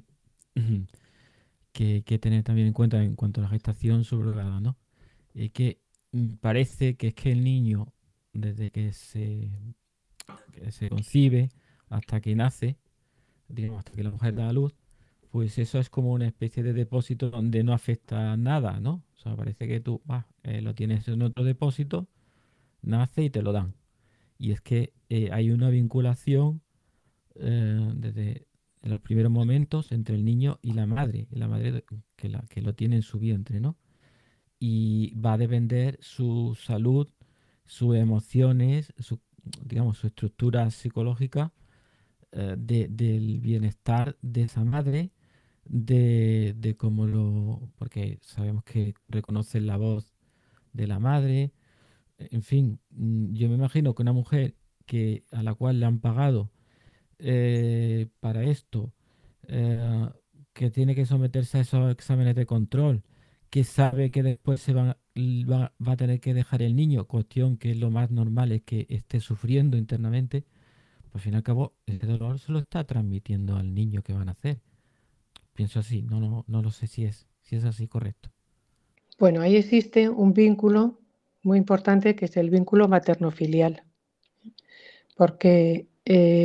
que hay que tener también en cuenta en cuanto a la gestación subrogada, ¿no? Es que parece que es que el niño, desde que se concibe hasta que nace, digamos, hasta que la mujer da a luz, pues eso es como una especie de depósito donde no afecta nada, ¿no? O sea, parece que tú lo tienes en otro depósito, nace y te lo dan. Y es que hay una vinculación desde los primeros momentos entre el niño y la madre que lo tiene en su vientre, ¿no? Y va a depender su salud, sus emociones, digamos, su estructura psicológica del bienestar de esa madre, de cómo porque sabemos que reconocen la voz de la madre, en fin, yo me imagino que una mujer a la cual le han pagado para esto, eh, que tiene que someterse a esos exámenes de control, que sabe que después va a tener que dejar el niño, cuestión que lo más normal es que esté sufriendo internamente, Al fin y al cabo, ese dolor se lo está transmitiendo al niño que van a hacer. Pienso así, no lo sé si es así correcto. Bueno, ahí existe un vínculo muy importante que es el vínculo materno-filial, porque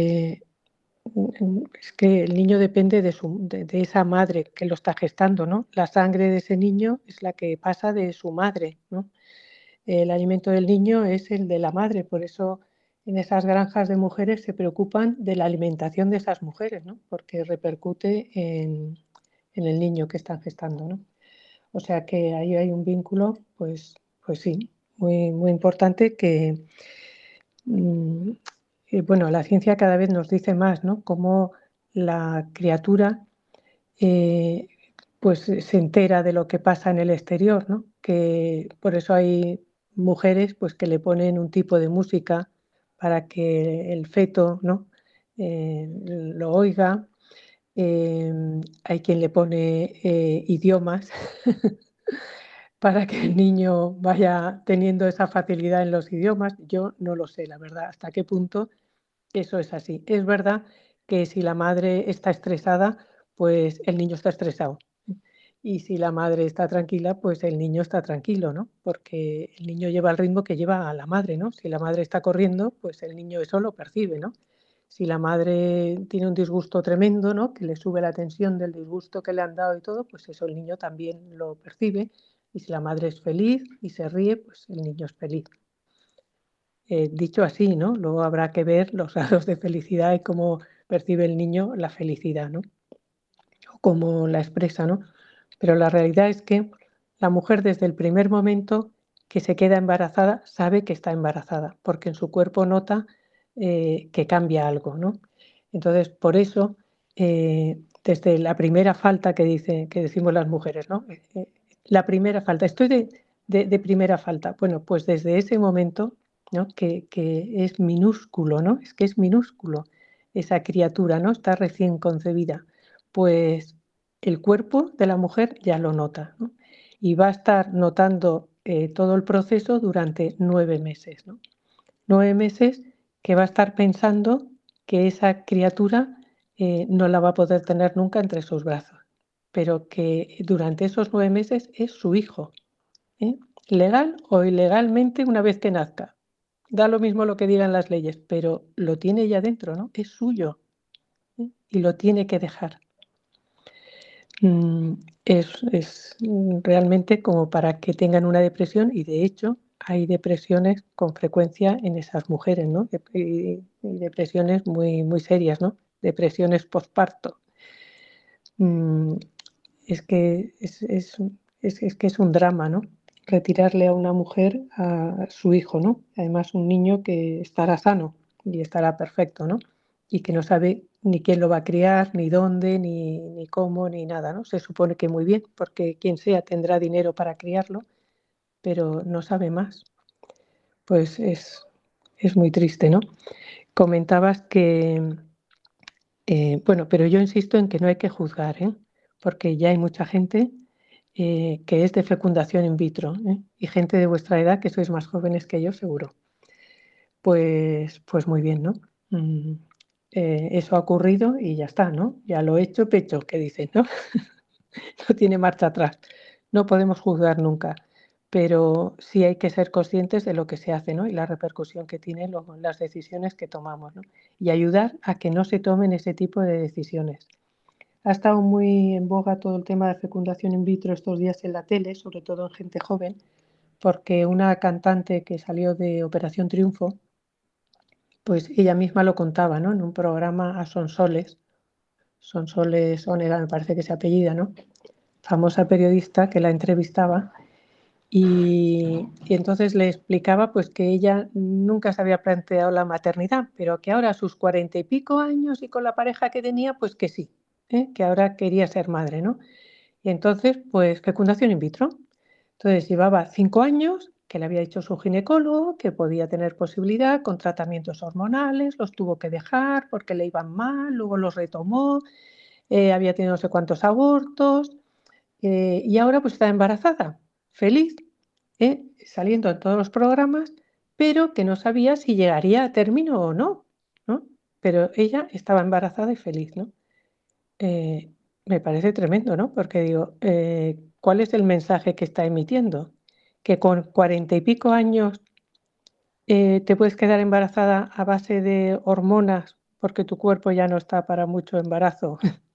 es que el niño depende de esa madre que lo está gestando, ¿no? La sangre de ese niño es la que pasa de su madre, ¿no? El alimento del niño es el de la madre, por eso en esas granjas de mujeres se preocupan de la alimentación de esas mujeres, ¿no? Porque repercute en el niño que están gestando, ¿no? O sea que ahí hay un vínculo, pues sí, muy importante que, mm, bueno, la ciencia cada vez nos dice más, ¿no? Cómo la criatura eh, pues se entera de lo que pasa en el exterior, ¿no? Que por eso hay mujeres pues que le ponen un tipo de música para que el feto, ¿no? Lo oiga. Hay quien le pone idiomas para que el niño vaya teniendo esa facilidad en los idiomas. Yo no lo sé, la verdad, hasta qué punto eso es así. Es verdad que si la madre está estresada, pues el niño está estresado. Y si la madre está tranquila, pues el niño está tranquilo, ¿no? Porque el niño lleva el ritmo que lleva a la madre, ¿no? Si la madre está corriendo, pues el niño eso lo percibe, ¿no? Si la madre tiene un disgusto tremendo, ¿no? Que le sube la tensión del disgusto que le han dado y todo, pues eso el niño también lo percibe. Y si la madre es feliz y se ríe, pues el niño es feliz. Dicho así, ¿no? Luego habrá que ver los grados de felicidad y cómo percibe el niño la felicidad, ¿no? O cómo la expresa, ¿no? Pero la realidad es que la mujer desde el primer momento que se queda embarazada sabe que está embarazada, porque en su cuerpo nota que cambia algo, ¿no? Entonces, por eso, desde la primera falta que decimos las mujeres, ¿no? La primera falta, estoy de primera falta. Bueno, pues desde ese momento, ¿no? Que es minúsculo, ¿no? Es que es minúsculo esa criatura, ¿no? Está recién concebida. Pues el cuerpo de la mujer ya lo nota, ¿no? Y va a estar notando todo el proceso durante 9 meses, ¿no? 9 meses que va a estar pensando que esa criatura no la va a poder tener nunca entre sus brazos, pero que durante esos 9 meses es su hijo, ¿eh? Legal o ilegalmente una vez que nazca. Da lo mismo lo que digan las leyes, pero lo tiene ya dentro, ¿no? Es suyo, ¿eh? Y lo tiene que dejar. Es realmente como para que tengan una depresión y de hecho hay depresiones con frecuencia en esas mujeres, ¿no? Y depresiones muy serias, ¿no? Depresiones posparto. Es que es que es un drama, ¿no? Retirarle a una mujer a su hijo, ¿no? Además un niño que estará sano y estará perfecto, ¿no? Y que no sabe ni quién lo va a criar, ni dónde, ni cómo, ni nada, ¿no? Se supone que muy bien, porque quien sea tendrá dinero para criarlo, pero no sabe más. Pues es muy triste, ¿no? Comentabas que, bueno, pero yo insisto en que no hay que juzgar, ¿eh? Porque ya hay mucha gente que es de fecundación in vitro, ¿eh? Y gente de vuestra edad, que sois más jóvenes que yo, seguro. Pues muy bien, ¿no? Eso ha ocurrido y ya está, ¿no? Ya lo he hecho, pecho, que dicen, ¿no? No tiene marcha atrás. No podemos juzgar nunca, pero sí hay que ser conscientes de lo que se hace, ¿no? Y la repercusión que tienen las decisiones que tomamos, ¿no? Y ayudar a que no se tomen ese tipo de decisiones. Ha estado muy en boga todo el tema de fecundación in vitro estos días en la tele, sobre todo en gente joven, porque una cantante que salió de Operación Triunfo, pues ella misma lo contaba, ¿no? En un programa a Sonsoles Onega, me parece que se apellida, ¿no? Famosa periodista que la entrevistaba y entonces le explicaba pues que ella nunca se había planteado la maternidad, pero que ahora a sus 40 y pico años y con la pareja que tenía, pues que sí, que ahora quería ser madre, ¿no? Y entonces, pues fecundación in vitro. Entonces llevaba 5 años que le había dicho su ginecólogo que podía tener posibilidad con tratamientos hormonales, los tuvo que dejar porque le iban mal, luego los retomó, había tenido no sé cuántos abortos y ahora pues está embarazada, feliz, saliendo en todos los programas, pero que no sabía si llegaría a término o no, ¿no? pero ella estaba embarazada y feliz, ¿no? Me parece tremendo, ¿no? Porque digo, ¿cuál es el mensaje que está emitiendo? Que con 40 y pico años te puedes quedar embarazada a base de hormonas porque tu cuerpo ya no está para mucho embarazo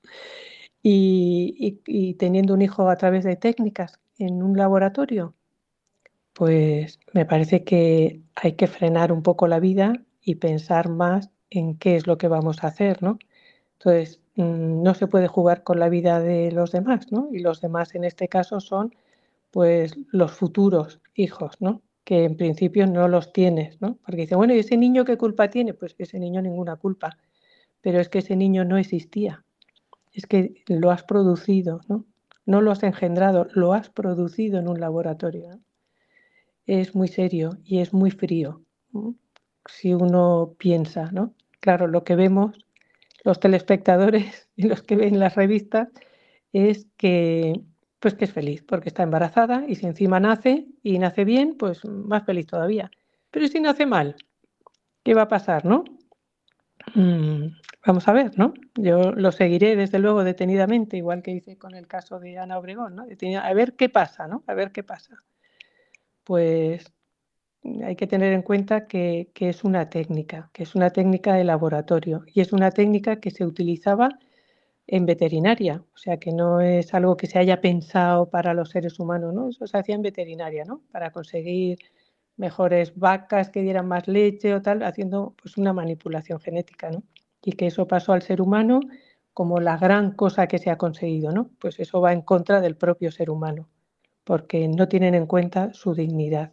y teniendo un hijo a través de técnicas en un laboratorio. Pues me parece que hay que frenar un poco la vida y pensar más en qué es lo que vamos a hacer, ¿no? Entonces, no se puede jugar con la vida de los demás, ¿no? Y los demás en este caso son, pues, los futuros hijos, ¿no? Que en principio no los tienes, ¿no? Porque dicen, bueno, ¿y ese niño qué culpa tiene? Pues ese niño ninguna culpa, pero es que ese niño no existía, es que lo has producido, ¿no? No lo has engendrado, lo has producido en un laboratorio, ¿no? Es muy serio y es muy frío, ¿no? Si uno piensa, ¿no? Claro, lo que vemos los telespectadores y los que ven las revistas es que, pues que es feliz porque está embarazada y si encima nace y nace bien, pues más feliz todavía. Pero si nace mal, ¿qué va a pasar, no? Vamos a ver, ¿no? Yo lo seguiré desde luego detenidamente, igual que hice con el caso de Ana Obregón, ¿no? A ver qué pasa, ¿no? A ver qué pasa. Pues hay que tener en cuenta que es una técnica, que es una técnica de laboratorio y es una técnica que se utilizaba en veterinaria, o sea que no es algo que se haya pensado para los seres humanos, ¿no? Eso se hacía en veterinaria, ¿no? Para conseguir mejores vacas que dieran más leche o tal, haciendo pues una manipulación genética, ¿no? Y que eso pasó al ser humano como la gran cosa que se ha conseguido, ¿no? Pues eso va en contra del propio ser humano, porque no tienen en cuenta su dignidad.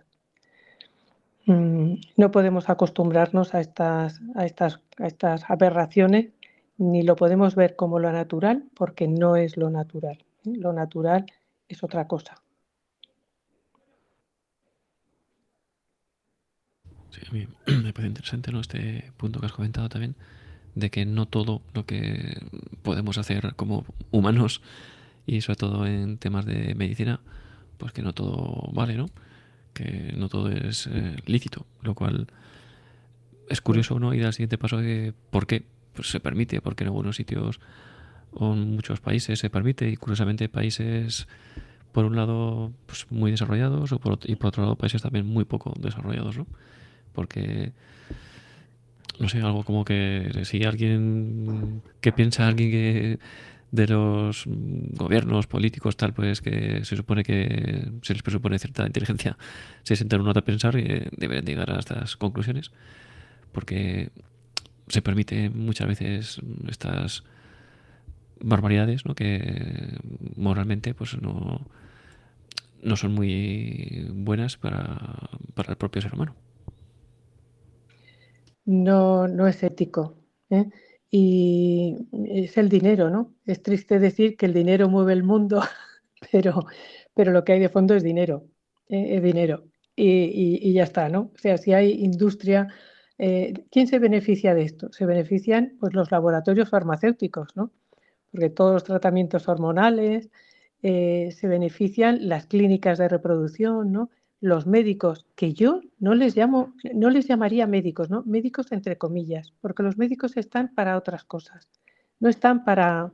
No podemos acostumbrarnos a estas aberraciones, ni lo podemos ver como lo natural, porque no es lo natural, ¿eh? Lo natural es otra cosa. Sí, a mí me parece interesante, ¿no? Este punto que has comentado también, de que no todo lo que podemos hacer como humanos y sobre todo en temas de medicina, pues que no todo vale, ¿no? Que no todo es lícito, lo cual es curioso, ¿no? Y da el siguiente paso de por qué pues se permite, porque en algunos sitios o en muchos países se permite y curiosamente países por un lado pues muy desarrollados y por otro lado países también muy poco desarrollados, ¿no? Porque no sé, algo como que si alguien que piensa alguien que de los gobiernos políticos tal pues que se supone que se les presupone cierta inteligencia se sientan una a pensar y deben llegar a estas conclusiones porque se permite muchas veces estas barbaridades, ¿no? Que moralmente pues no son muy buenas para el propio ser humano. No es ético, ¿eh? Y es el dinero, ¿no? Es triste decir que el dinero mueve el mundo, pero, pero lo que hay de fondo es dinero, es dinero. Y ya está, ¿no? O sea, si hay industria, ¿quién se beneficia de esto? Se benefician pues, los laboratorios farmacéuticos, ¿no? Porque todos los tratamientos hormonales, se benefician las clínicas de reproducción, ¿no? Los médicos, que yo no les llamaría médicos, ¿no? Médicos entre comillas, porque los médicos están para otras cosas, no están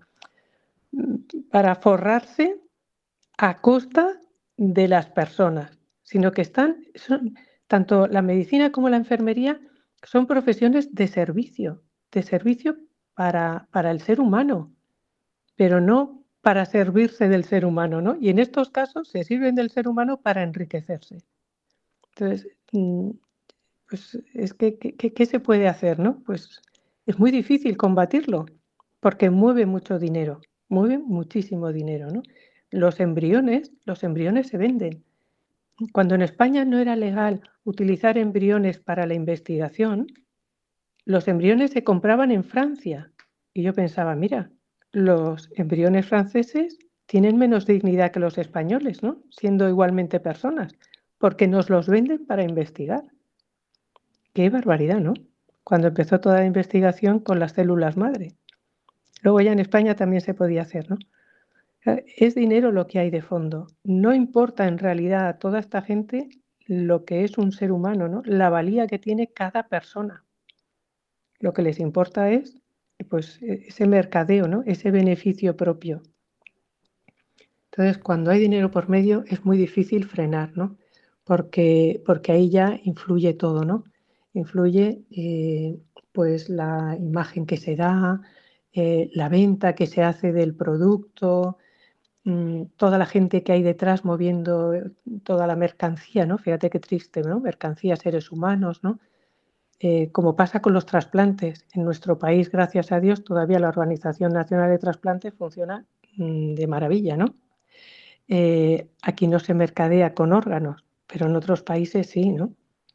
para forrarse a costa de las personas, sino que tanto la medicina como la enfermería son profesiones de servicio para el ser humano, pero no para servirse del ser humano, ¿no? Y en estos casos se sirven del ser humano para enriquecerse. Entonces, pues es que, ¿qué se puede hacer, no? Pues es muy difícil combatirlo, porque mueve mucho dinero, mueve muchísimo dinero, ¿no? Los embriones se venden. Cuando en España no era legal utilizar embriones para la investigación, los embriones se compraban en Francia. Y yo pensaba, mira, los embriones franceses tienen menos dignidad que los españoles, ¿no? Siendo igualmente personas, porque nos los venden para investigar. Qué barbaridad, ¿no? Cuando empezó toda la investigación con las células madre. Luego ya en España también se podía hacer, ¿no? Es dinero lo que hay de fondo. No importa en realidad a toda esta gente lo que es un ser humano, ¿no? La valía que tiene cada persona. Lo que les importa es pues ese mercadeo, ¿no? Ese beneficio propio. Entonces, cuando hay dinero por medio es muy difícil frenar, ¿no? Porque ahí ya influye todo, ¿no? Influye pues la imagen que se da, la venta que se hace del producto, toda la gente que hay detrás moviendo toda la mercancía, ¿no? Fíjate qué triste, ¿no? Mercancía, seres humanos, ¿no? Como pasa con los trasplantes. En nuestro país, gracias a Dios, todavía la Organización Nacional de Trasplantes funciona de maravilla, ¿no? Aquí no se mercadea con órganos, pero en otros países sí, ¿no?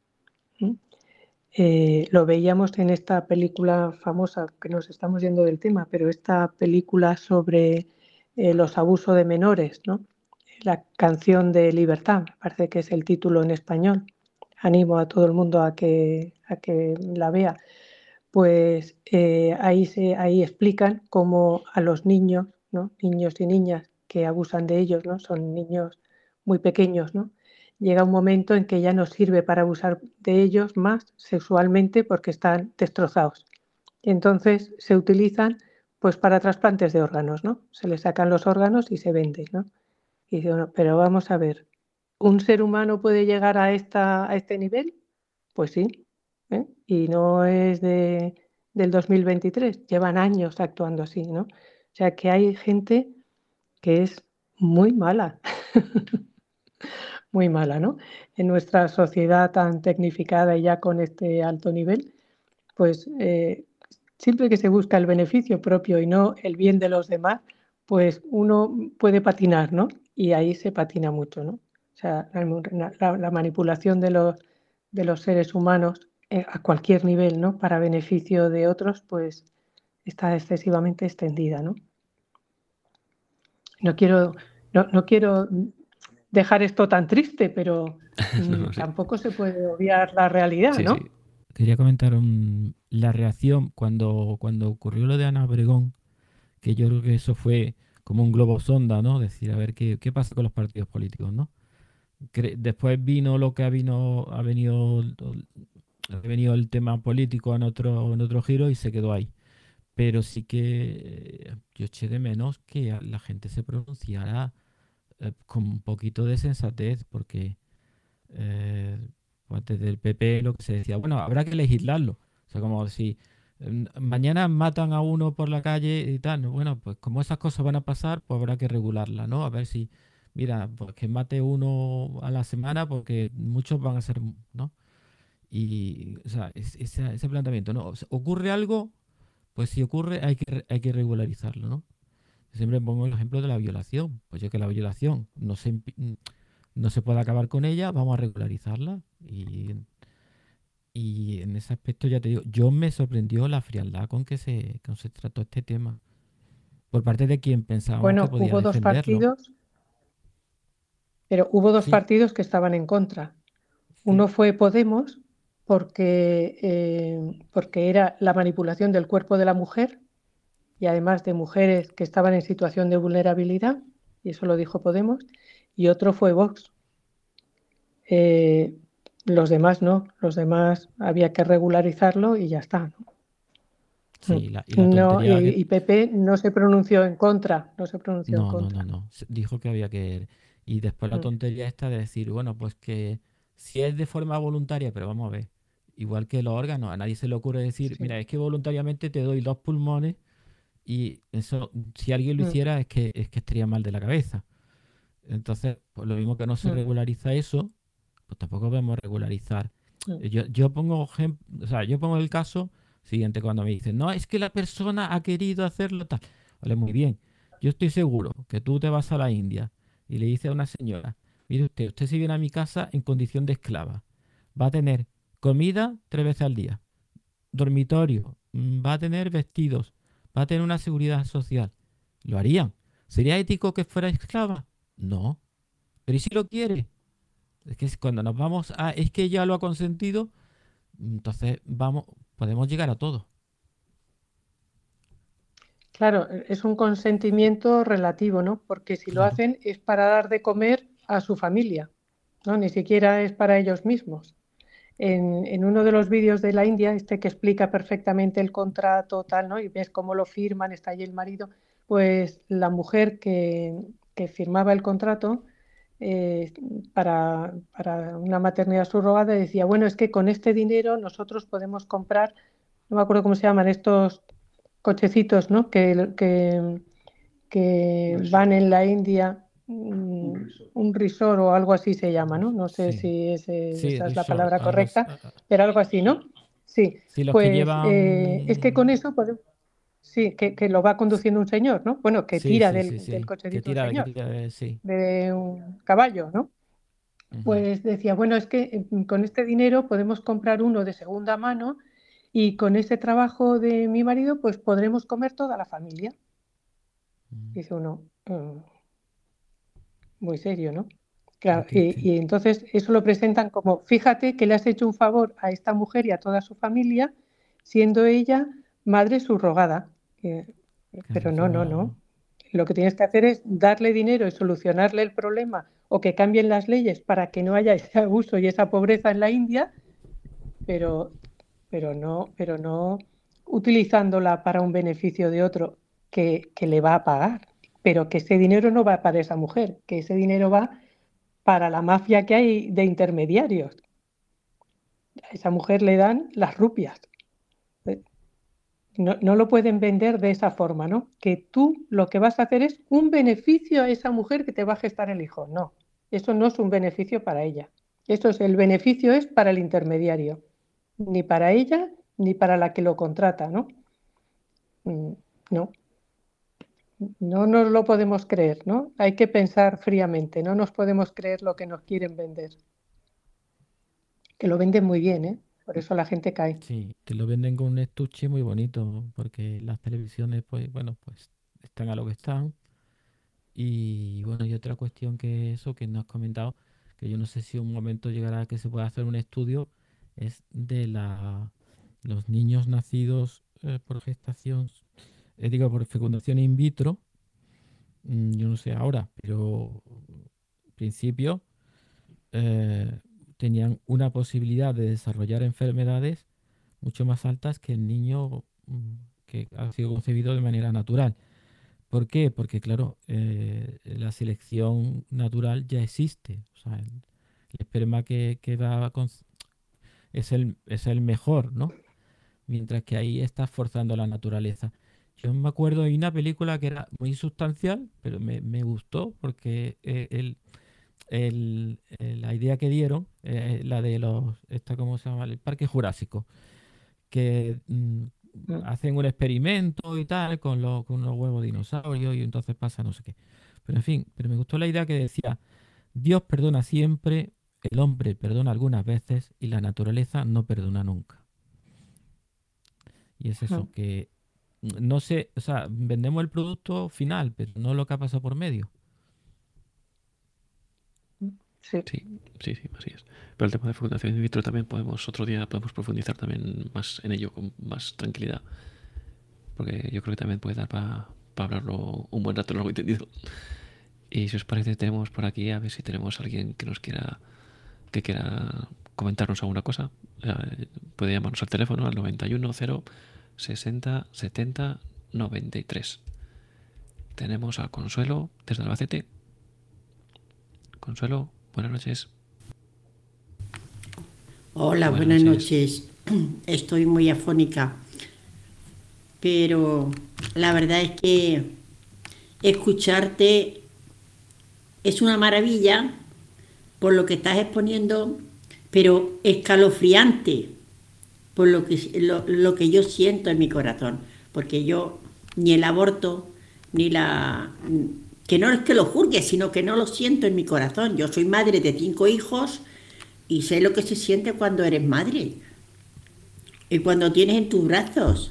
Lo veíamos en esta película famosa, que nos estamos yendo del tema, pero esta película sobre los abusos de menores, ¿no? La canción de Libertad, me parece que es el título en español. Animo a todo el mundo a que la vea. Pues ahí explican cómo a los niños, ¿no? Niños y niñas que abusan de ellos, ¿no? Son niños muy pequeños, ¿no? Llega un momento en que ya no sirve para abusar de ellos más sexualmente porque están destrozados. Y entonces se utilizan pues para trasplantes de órganos, ¿no? Se les sacan los órganos y se venden, ¿no? Y dice, bueno, pero vamos a ver, ¿un ser humano puede llegar a este nivel? Pues sí, ¿eh? Y no es del 2023, llevan años actuando así, ¿no? O sea que hay gente que es muy mala, muy mala, ¿no? En nuestra sociedad tan tecnificada y ya con este alto nivel, pues siempre que se busca el beneficio propio y no el bien de los demás, pues uno puede patinar, ¿no? Y ahí se patina mucho, ¿no? O sea, la manipulación de los seres humanos a cualquier nivel, ¿no? Para beneficio de otros, pues está excesivamente extendida, ¿no? No quiero, no quiero dejar esto tan triste, pero No, sí. tampoco se puede obviar la realidad, Sí, ¿no? sí. Quería comentar la reacción cuando ocurrió lo de Ana Obregón, que yo creo que eso fue como un globo sonda, ¿no? Decir, a ver qué pasa con los partidos políticos, ¿no? Después vino lo que ha venido el tema político en otro giro y se quedó ahí. Pero sí que yo eché de menos que la gente se pronunciara con un poquito de sensatez, porque eh, pues desde el PP lo que se decía, bueno, habrá que legislarlo. O sea, como si mañana matan a uno por la calle y tal, ¿no? Bueno, pues como esas cosas van a pasar, pues habrá que regularla, ¿no? A ver si, mira, pues que mate uno a la semana porque muchos van a ser, ¿no? Y, o sea, ese planteamiento, ¿no? O sea, ocurre algo, pues si ocurre hay que regularizarlo, ¿no? Siempre pongo el ejemplo de la violación. Pues yo que la violación no se puede acabar con ella, vamos a regularizarla. Y en ese aspecto ya te digo, yo me sorprendió la frialdad con se trató este tema por parte de quien pensábamos que Bueno, podía hubo dos defenderlo. partidos, pero hubo dos Sí, partidos que estaban en contra. sí, Uno fue Podemos, porque era la manipulación del cuerpo de la mujer y además de mujeres que estaban en situación de vulnerabilidad, y eso lo dijo Podemos, y otro fue Vox. Eh, los demás no, los demás había que regularizarlo y ya está, ¿no? sí, y la No, tontería que... y PP no se pronunció en contra, no se pronunció en No, no, no, contra. no. Dijo que había que... Y después la Mm, tontería esta de decir, bueno, pues que si es de forma voluntaria, pero vamos a ver, igual que los órganos, a nadie se le ocurre decir, sí. mira, es que voluntariamente te doy 2 pulmones y eso, si alguien lo Mm, hiciera, es que estaría mal de la cabeza. Entonces, pues lo mismo que no se mm, regulariza eso, pues tampoco podemos regularizar. mm. O sea, yo pongo el caso siguiente cuando me dicen, no, es que la persona ha querido hacerlo tal. Vale, muy bien. Yo estoy seguro que tú te vas a la India y le dices a una señora, mire usted se viene a mi casa en condición de esclava. Va a tener comida 3 veces al día, dormitorio, va a tener vestidos, va a tener una seguridad social. ¿Lo harían? ¿Sería ético que fuera esclava? No. Pero ¿y si lo quiere? Es que cuando nos vamos a, es que ya lo ha consentido, entonces vamos, podemos llegar a todo. Claro, es un consentimiento relativo, ¿no? Porque si lo Claro, hacen es para dar de comer a su familia, ¿no? Ni siquiera es para ellos mismos. en uno de los vídeos de la India, que explica perfectamente el contrato, tal, ¿no? Y ves cómo lo firman, está allí el marido, pues la mujer que firmaba el contrato eh, para una maternidad subrogada decía, bueno, es que con este dinero nosotros podemos comprar, no me acuerdo cómo se llaman estos cochecitos, ¿no? Que van en la India, un resort o algo así se llama, ¿no? No sé Sí, si sí, esa es la resort, palabra algo así. correcta, pero algo así, ¿no? Sí, Sí, los que pues es que con llevan. eso podemos, sí, que lo va conduciendo un señor, ¿no? Bueno, que Sí, tira sí, sí, del sí. Que cochecito un tira, que señor, tira, sí. de un caballo, ¿no? Ujú. Pues decía, bueno, es que con este dinero podemos comprar uno de segunda mano y con ese trabajo de mi marido, pues podremos comer toda la familia. Mm. Dice uno, muy serio, ¿no? Qué Claro, triste. y entonces eso lo presentan como, fíjate que le has hecho un favor a esta mujer y a toda su familia, siendo ella madre subrogada. Eh, Claro, pero eso no, no, no. no. Lo que tienes que hacer es darle dinero y solucionarle el problema o que cambien las leyes para que no haya ese abuso y esa pobreza en la India, pero, pero no utilizándola para un beneficio de otro que le va a pagar, pero que ese dinero no va para esa mujer, que ese dinero va para la mafia que hay de intermediarios. A esa mujer le dan las rupias. No, no lo pueden vender de esa forma, ¿no? Que tú lo que vas a hacer es un beneficio a esa mujer que te va a gestar el hijo. No, eso no es un beneficio para ella. Eso es, el beneficio es para el intermediario, ni para ella ni para la que lo contrata, ¿no? No, no nos lo podemos creer, ¿no? Hay que pensar fríamente, no nos podemos creer lo que nos quieren vender, que lo venden muy bien, ¿eh? Por eso la gente cae. Sí, te lo venden con un estuche muy bonito, porque las televisiones, pues, bueno, pues están a lo que están. Y bueno, y otra cuestión que eso que nos has comentado, que yo no sé si un momento llegará a que se pueda hacer un estudio, es de los niños nacidos por gestación, digo, por fecundación in vitro. Yo no sé ahora, pero al principio eh, tenían una posibilidad de desarrollar enfermedades mucho más altas que el niño que ha sido concebido de manera natural. ¿Por qué? Porque, claro, la selección natural ya existe. O sea, el esperma que va es el mejor, ¿no? Mientras que ahí está forzando la naturaleza. Yo me acuerdo de una película que era muy sustancial, pero me gustó porque la idea que dieron, la de ¿cómo se llama? El Parque Jurásico, que Mm. hacen un experimento y tal con los huevos de dinosaurio y entonces pasa no sé qué. Pero en fin, pero me gustó la idea que decía, Dios perdona siempre, el hombre perdona algunas veces y la naturaleza no perdona nunca. Y es eso, Mm. que no sé, o sea, vendemos el producto final, pero no lo que ha pasado por medio. Sí. Sí, sí, sí, así es. Pero el tema de fecundación in vitro también otro día podemos profundizar también más en ello con más tranquilidad. Porque yo creo que también puede dar para hablarlo un buen rato largo y tendido. Y si os parece, tenemos por aquí, a ver si tenemos alguien que quiera comentarnos alguna cosa. Puede llamarnos al teléfono al 91 0 60 70 93. Tenemos a Consuelo desde Albacete. Consuelo, buenas noches. Hola, Buenas buenas noches. noches. Estoy muy afónica, pero la verdad es que escucharte es una maravilla por lo que estás exponiendo, pero escalofriante por lo que yo siento en mi corazón, porque yo ni el aborto, ni la... que no es que lo juzgue, sino que no lo siento en mi corazón. Yo soy madre de 5 hijos y sé lo que se siente cuando eres madre y cuando tienes en tus brazos.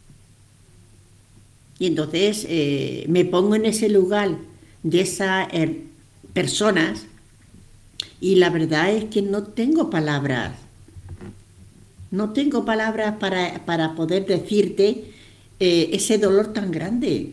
Y entonces me pongo en ese lugar de esas personas y la verdad es que no tengo palabras. No tengo palabras para poder decirte ese dolor tan grande.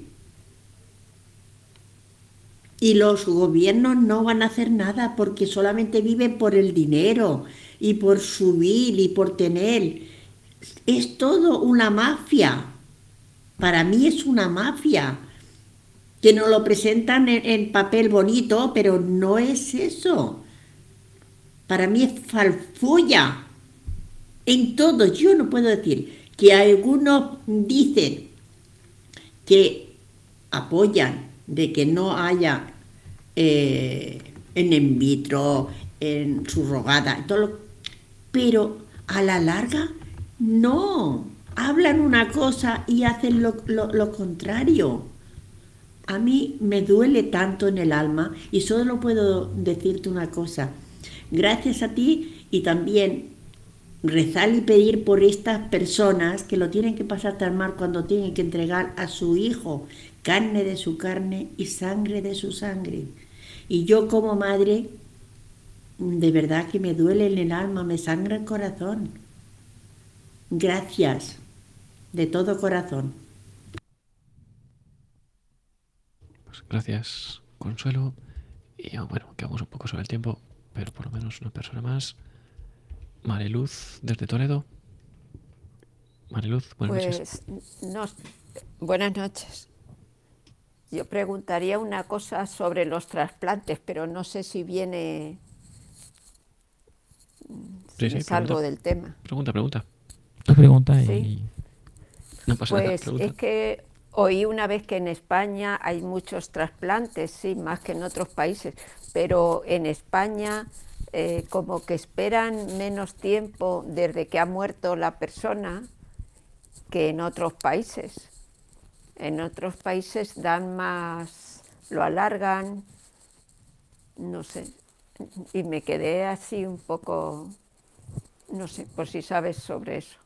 Y los gobiernos no van a hacer nada porque solamente viven por el dinero. y por subir y por tener. Es todo una mafia. Para mí es una mafia. Que nos lo presentan en papel bonito, pero no es eso. Para mí es farfulla. En todo, yo no puedo decir que algunos dicen que apoyan de que no haya en vitro, en subrogada, pero a la larga no. Hablan una cosa y hacen lo contrario. A mí me duele tanto en el alma y solo puedo decirte una cosa. Gracias a ti y también rezar y pedir por estas personas que lo tienen que pasar tan mal cuando tienen que entregar a su hijo carne de su carne y sangre de su sangre. Y yo como madre, de verdad que me duele en el alma, me sangra el corazón. Gracias, de todo corazón. Pues gracias, Consuelo. Y bueno, que vamos un poco sobre el tiempo, pero por lo menos una persona más. Mariluz, desde Toledo. Mariluz, buenas noches. Pues no, buenas noches. Yo preguntaría una cosa sobre los trasplantes, pero no sé si viene, Sí, si sí, salgo pregunta. del tema. Pregunta. Tu pregunta Sí. y No pasa nada, Pues pregunta. es que oí una vez que en España hay muchos trasplantes, sí, más que en otros países, pero en España como que esperan menos tiempo desde que ha muerto la persona que en otros países. En otros países dan más, lo alargan, no sé, y me quedé así un poco, no sé, por si sabes sobre eso.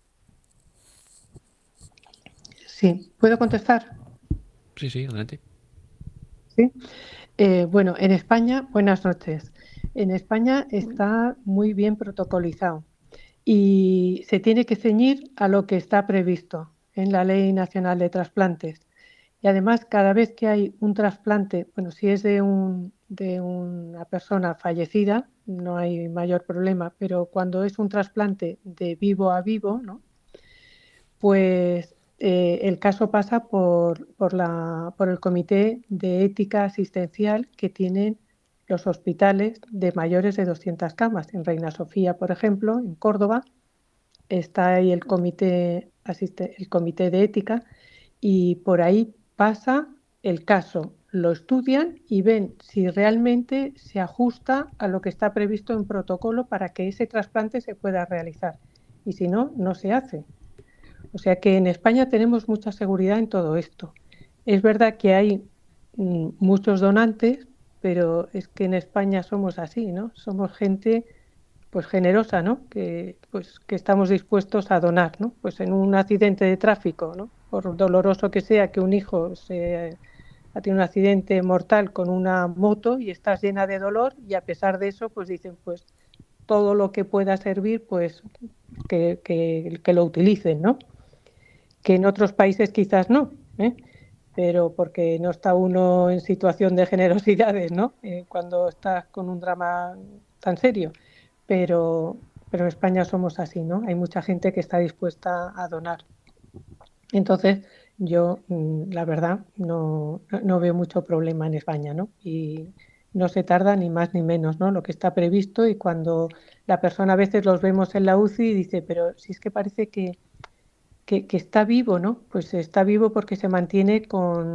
Sí, ¿puedo contestar? Sí, adelante. Sí. Bueno, en España, buenas noches. En España está muy bien protocolizado y se tiene que ceñir a lo que está previsto en la Ley Nacional de Trasplantes. Y además, cada vez que hay un trasplante, bueno, si es de una persona fallecida, no hay mayor problema, pero cuando es un trasplante de vivo a vivo, ¿no? Pues el caso pasa por el Comité de Ética Asistencial que tienen los hospitales de mayores de 200 camas. En Reina Sofía, por ejemplo, en Córdoba, está ahí el comité de ética y por ahí pasa el caso. Lo estudian y ven si realmente se ajusta a lo que está previsto en protocolo para que ese trasplante se pueda realizar. Y si no, no se hace. O sea que en España tenemos mucha seguridad en todo esto. Es verdad que hay muchos donantes, pero es que en España somos así, ¿no? Somos gente pues generosa, ¿no? Que estamos dispuestos a donar, ¿no? Pues en un accidente de tráfico, ¿no? Por doloroso que sea que un hijo ha tenido un accidente mortal con una moto y estás llena de dolor y a pesar de eso, pues dicen, pues todo lo que pueda servir, pues que lo utilicen, ¿no? Que en otros países quizás no, ¿eh? Pero porque no está uno en situación de generosidades, ¿no? Cuando estás con un drama tan serio. Pero en España somos así, ¿no? Hay mucha gente que está dispuesta a donar. Entonces, yo, la verdad, no veo mucho problema en España, ¿no? Y no se tarda ni más ni menos, ¿no? Lo que está previsto y cuando la persona a veces los vemos en la UCI y dice, pero si es que parece que está vivo, ¿no? Pues está vivo porque se mantiene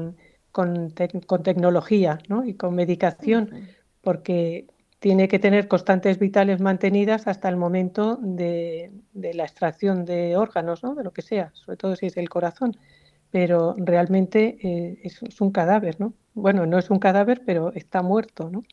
con tecnología, ¿no? Y con medicación, porque tiene que tener constantes vitales mantenidas hasta el momento de la extracción de órganos, ¿no? De lo que sea, sobre todo si es el corazón. Pero realmente es un cadáver, ¿no? Bueno, no es un cadáver, pero está muerto, ¿no?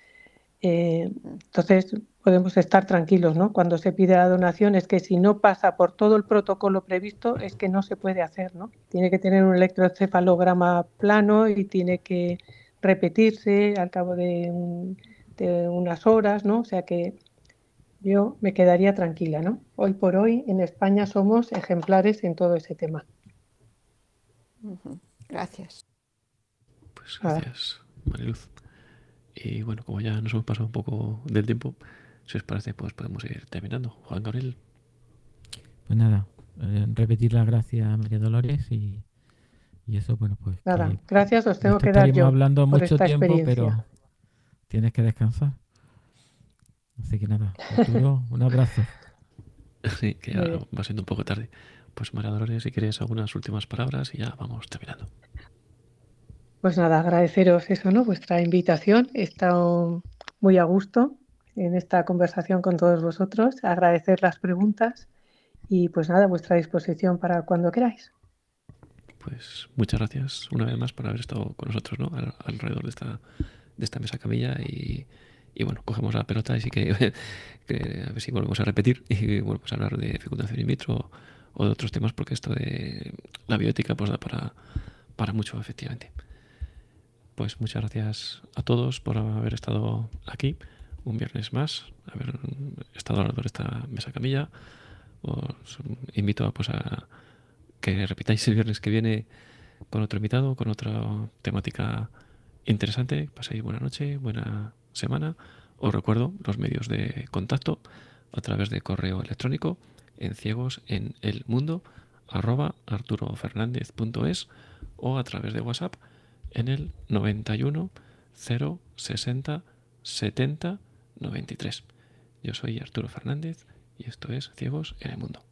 Entonces podemos estar tranquilos, ¿no? Cuando se pide la donación es que si no pasa por todo el protocolo previsto es que no se puede hacer, ¿no? Tiene que tener un electroencefalograma plano y tiene que repetirse al cabo de unas horas, ¿no? O sea que yo me quedaría tranquila, ¿no? Hoy por hoy en España somos ejemplares en todo ese tema. Gracias. Pues Nada. gracias, Mariluz. Y bueno, como ya nos hemos pasado un poco del tiempo, si os parece, pues podemos ir terminando. Juan Gabriel. Pues nada, repetir las gracias a María Dolores y eso, bueno, pues Nada, que gracias os de tengo esto que dar estaríamos yo hablando por mucho esta tiempo, experiencia. pero tienes que descansar. Así que nada, Arturo, un abrazo. Sí, que ya Muy bien. va siendo un poco tarde. Pues María Dolores, si quieres algunas últimas palabras y ya vamos terminando. Pues nada, agradeceros eso, ¿no? Vuestra invitación. He estado muy a gusto en esta conversación con todos vosotros. Agradecer las preguntas y pues nada, vuestra disposición para cuando queráis. Pues muchas gracias una vez más por haber estado con nosotros, ¿no? Alrededor de esta mesa camilla y bueno, cogemos la pelota y sí que, que a ver si volvemos a repetir y volvemos a hablar de fecundación in vitro o de otros temas porque esto de la bioética pues da para mucho, efectivamente. Pues muchas gracias a todos por haber estado aquí un viernes más, haber estado alrededor de esta mesa camilla. Os invito a, pues, a que repitáis el viernes que viene con otro invitado, con otra temática interesante. Paséis buena noche, buena semana. Os recuerdo los medios de contacto a través de correo electrónico en ciegosenelmundo@arturofernandez.es o a través de WhatsApp en el 91 060 70 93. Yo soy Arturo Fernández y esto es Ciegos en el Mundo.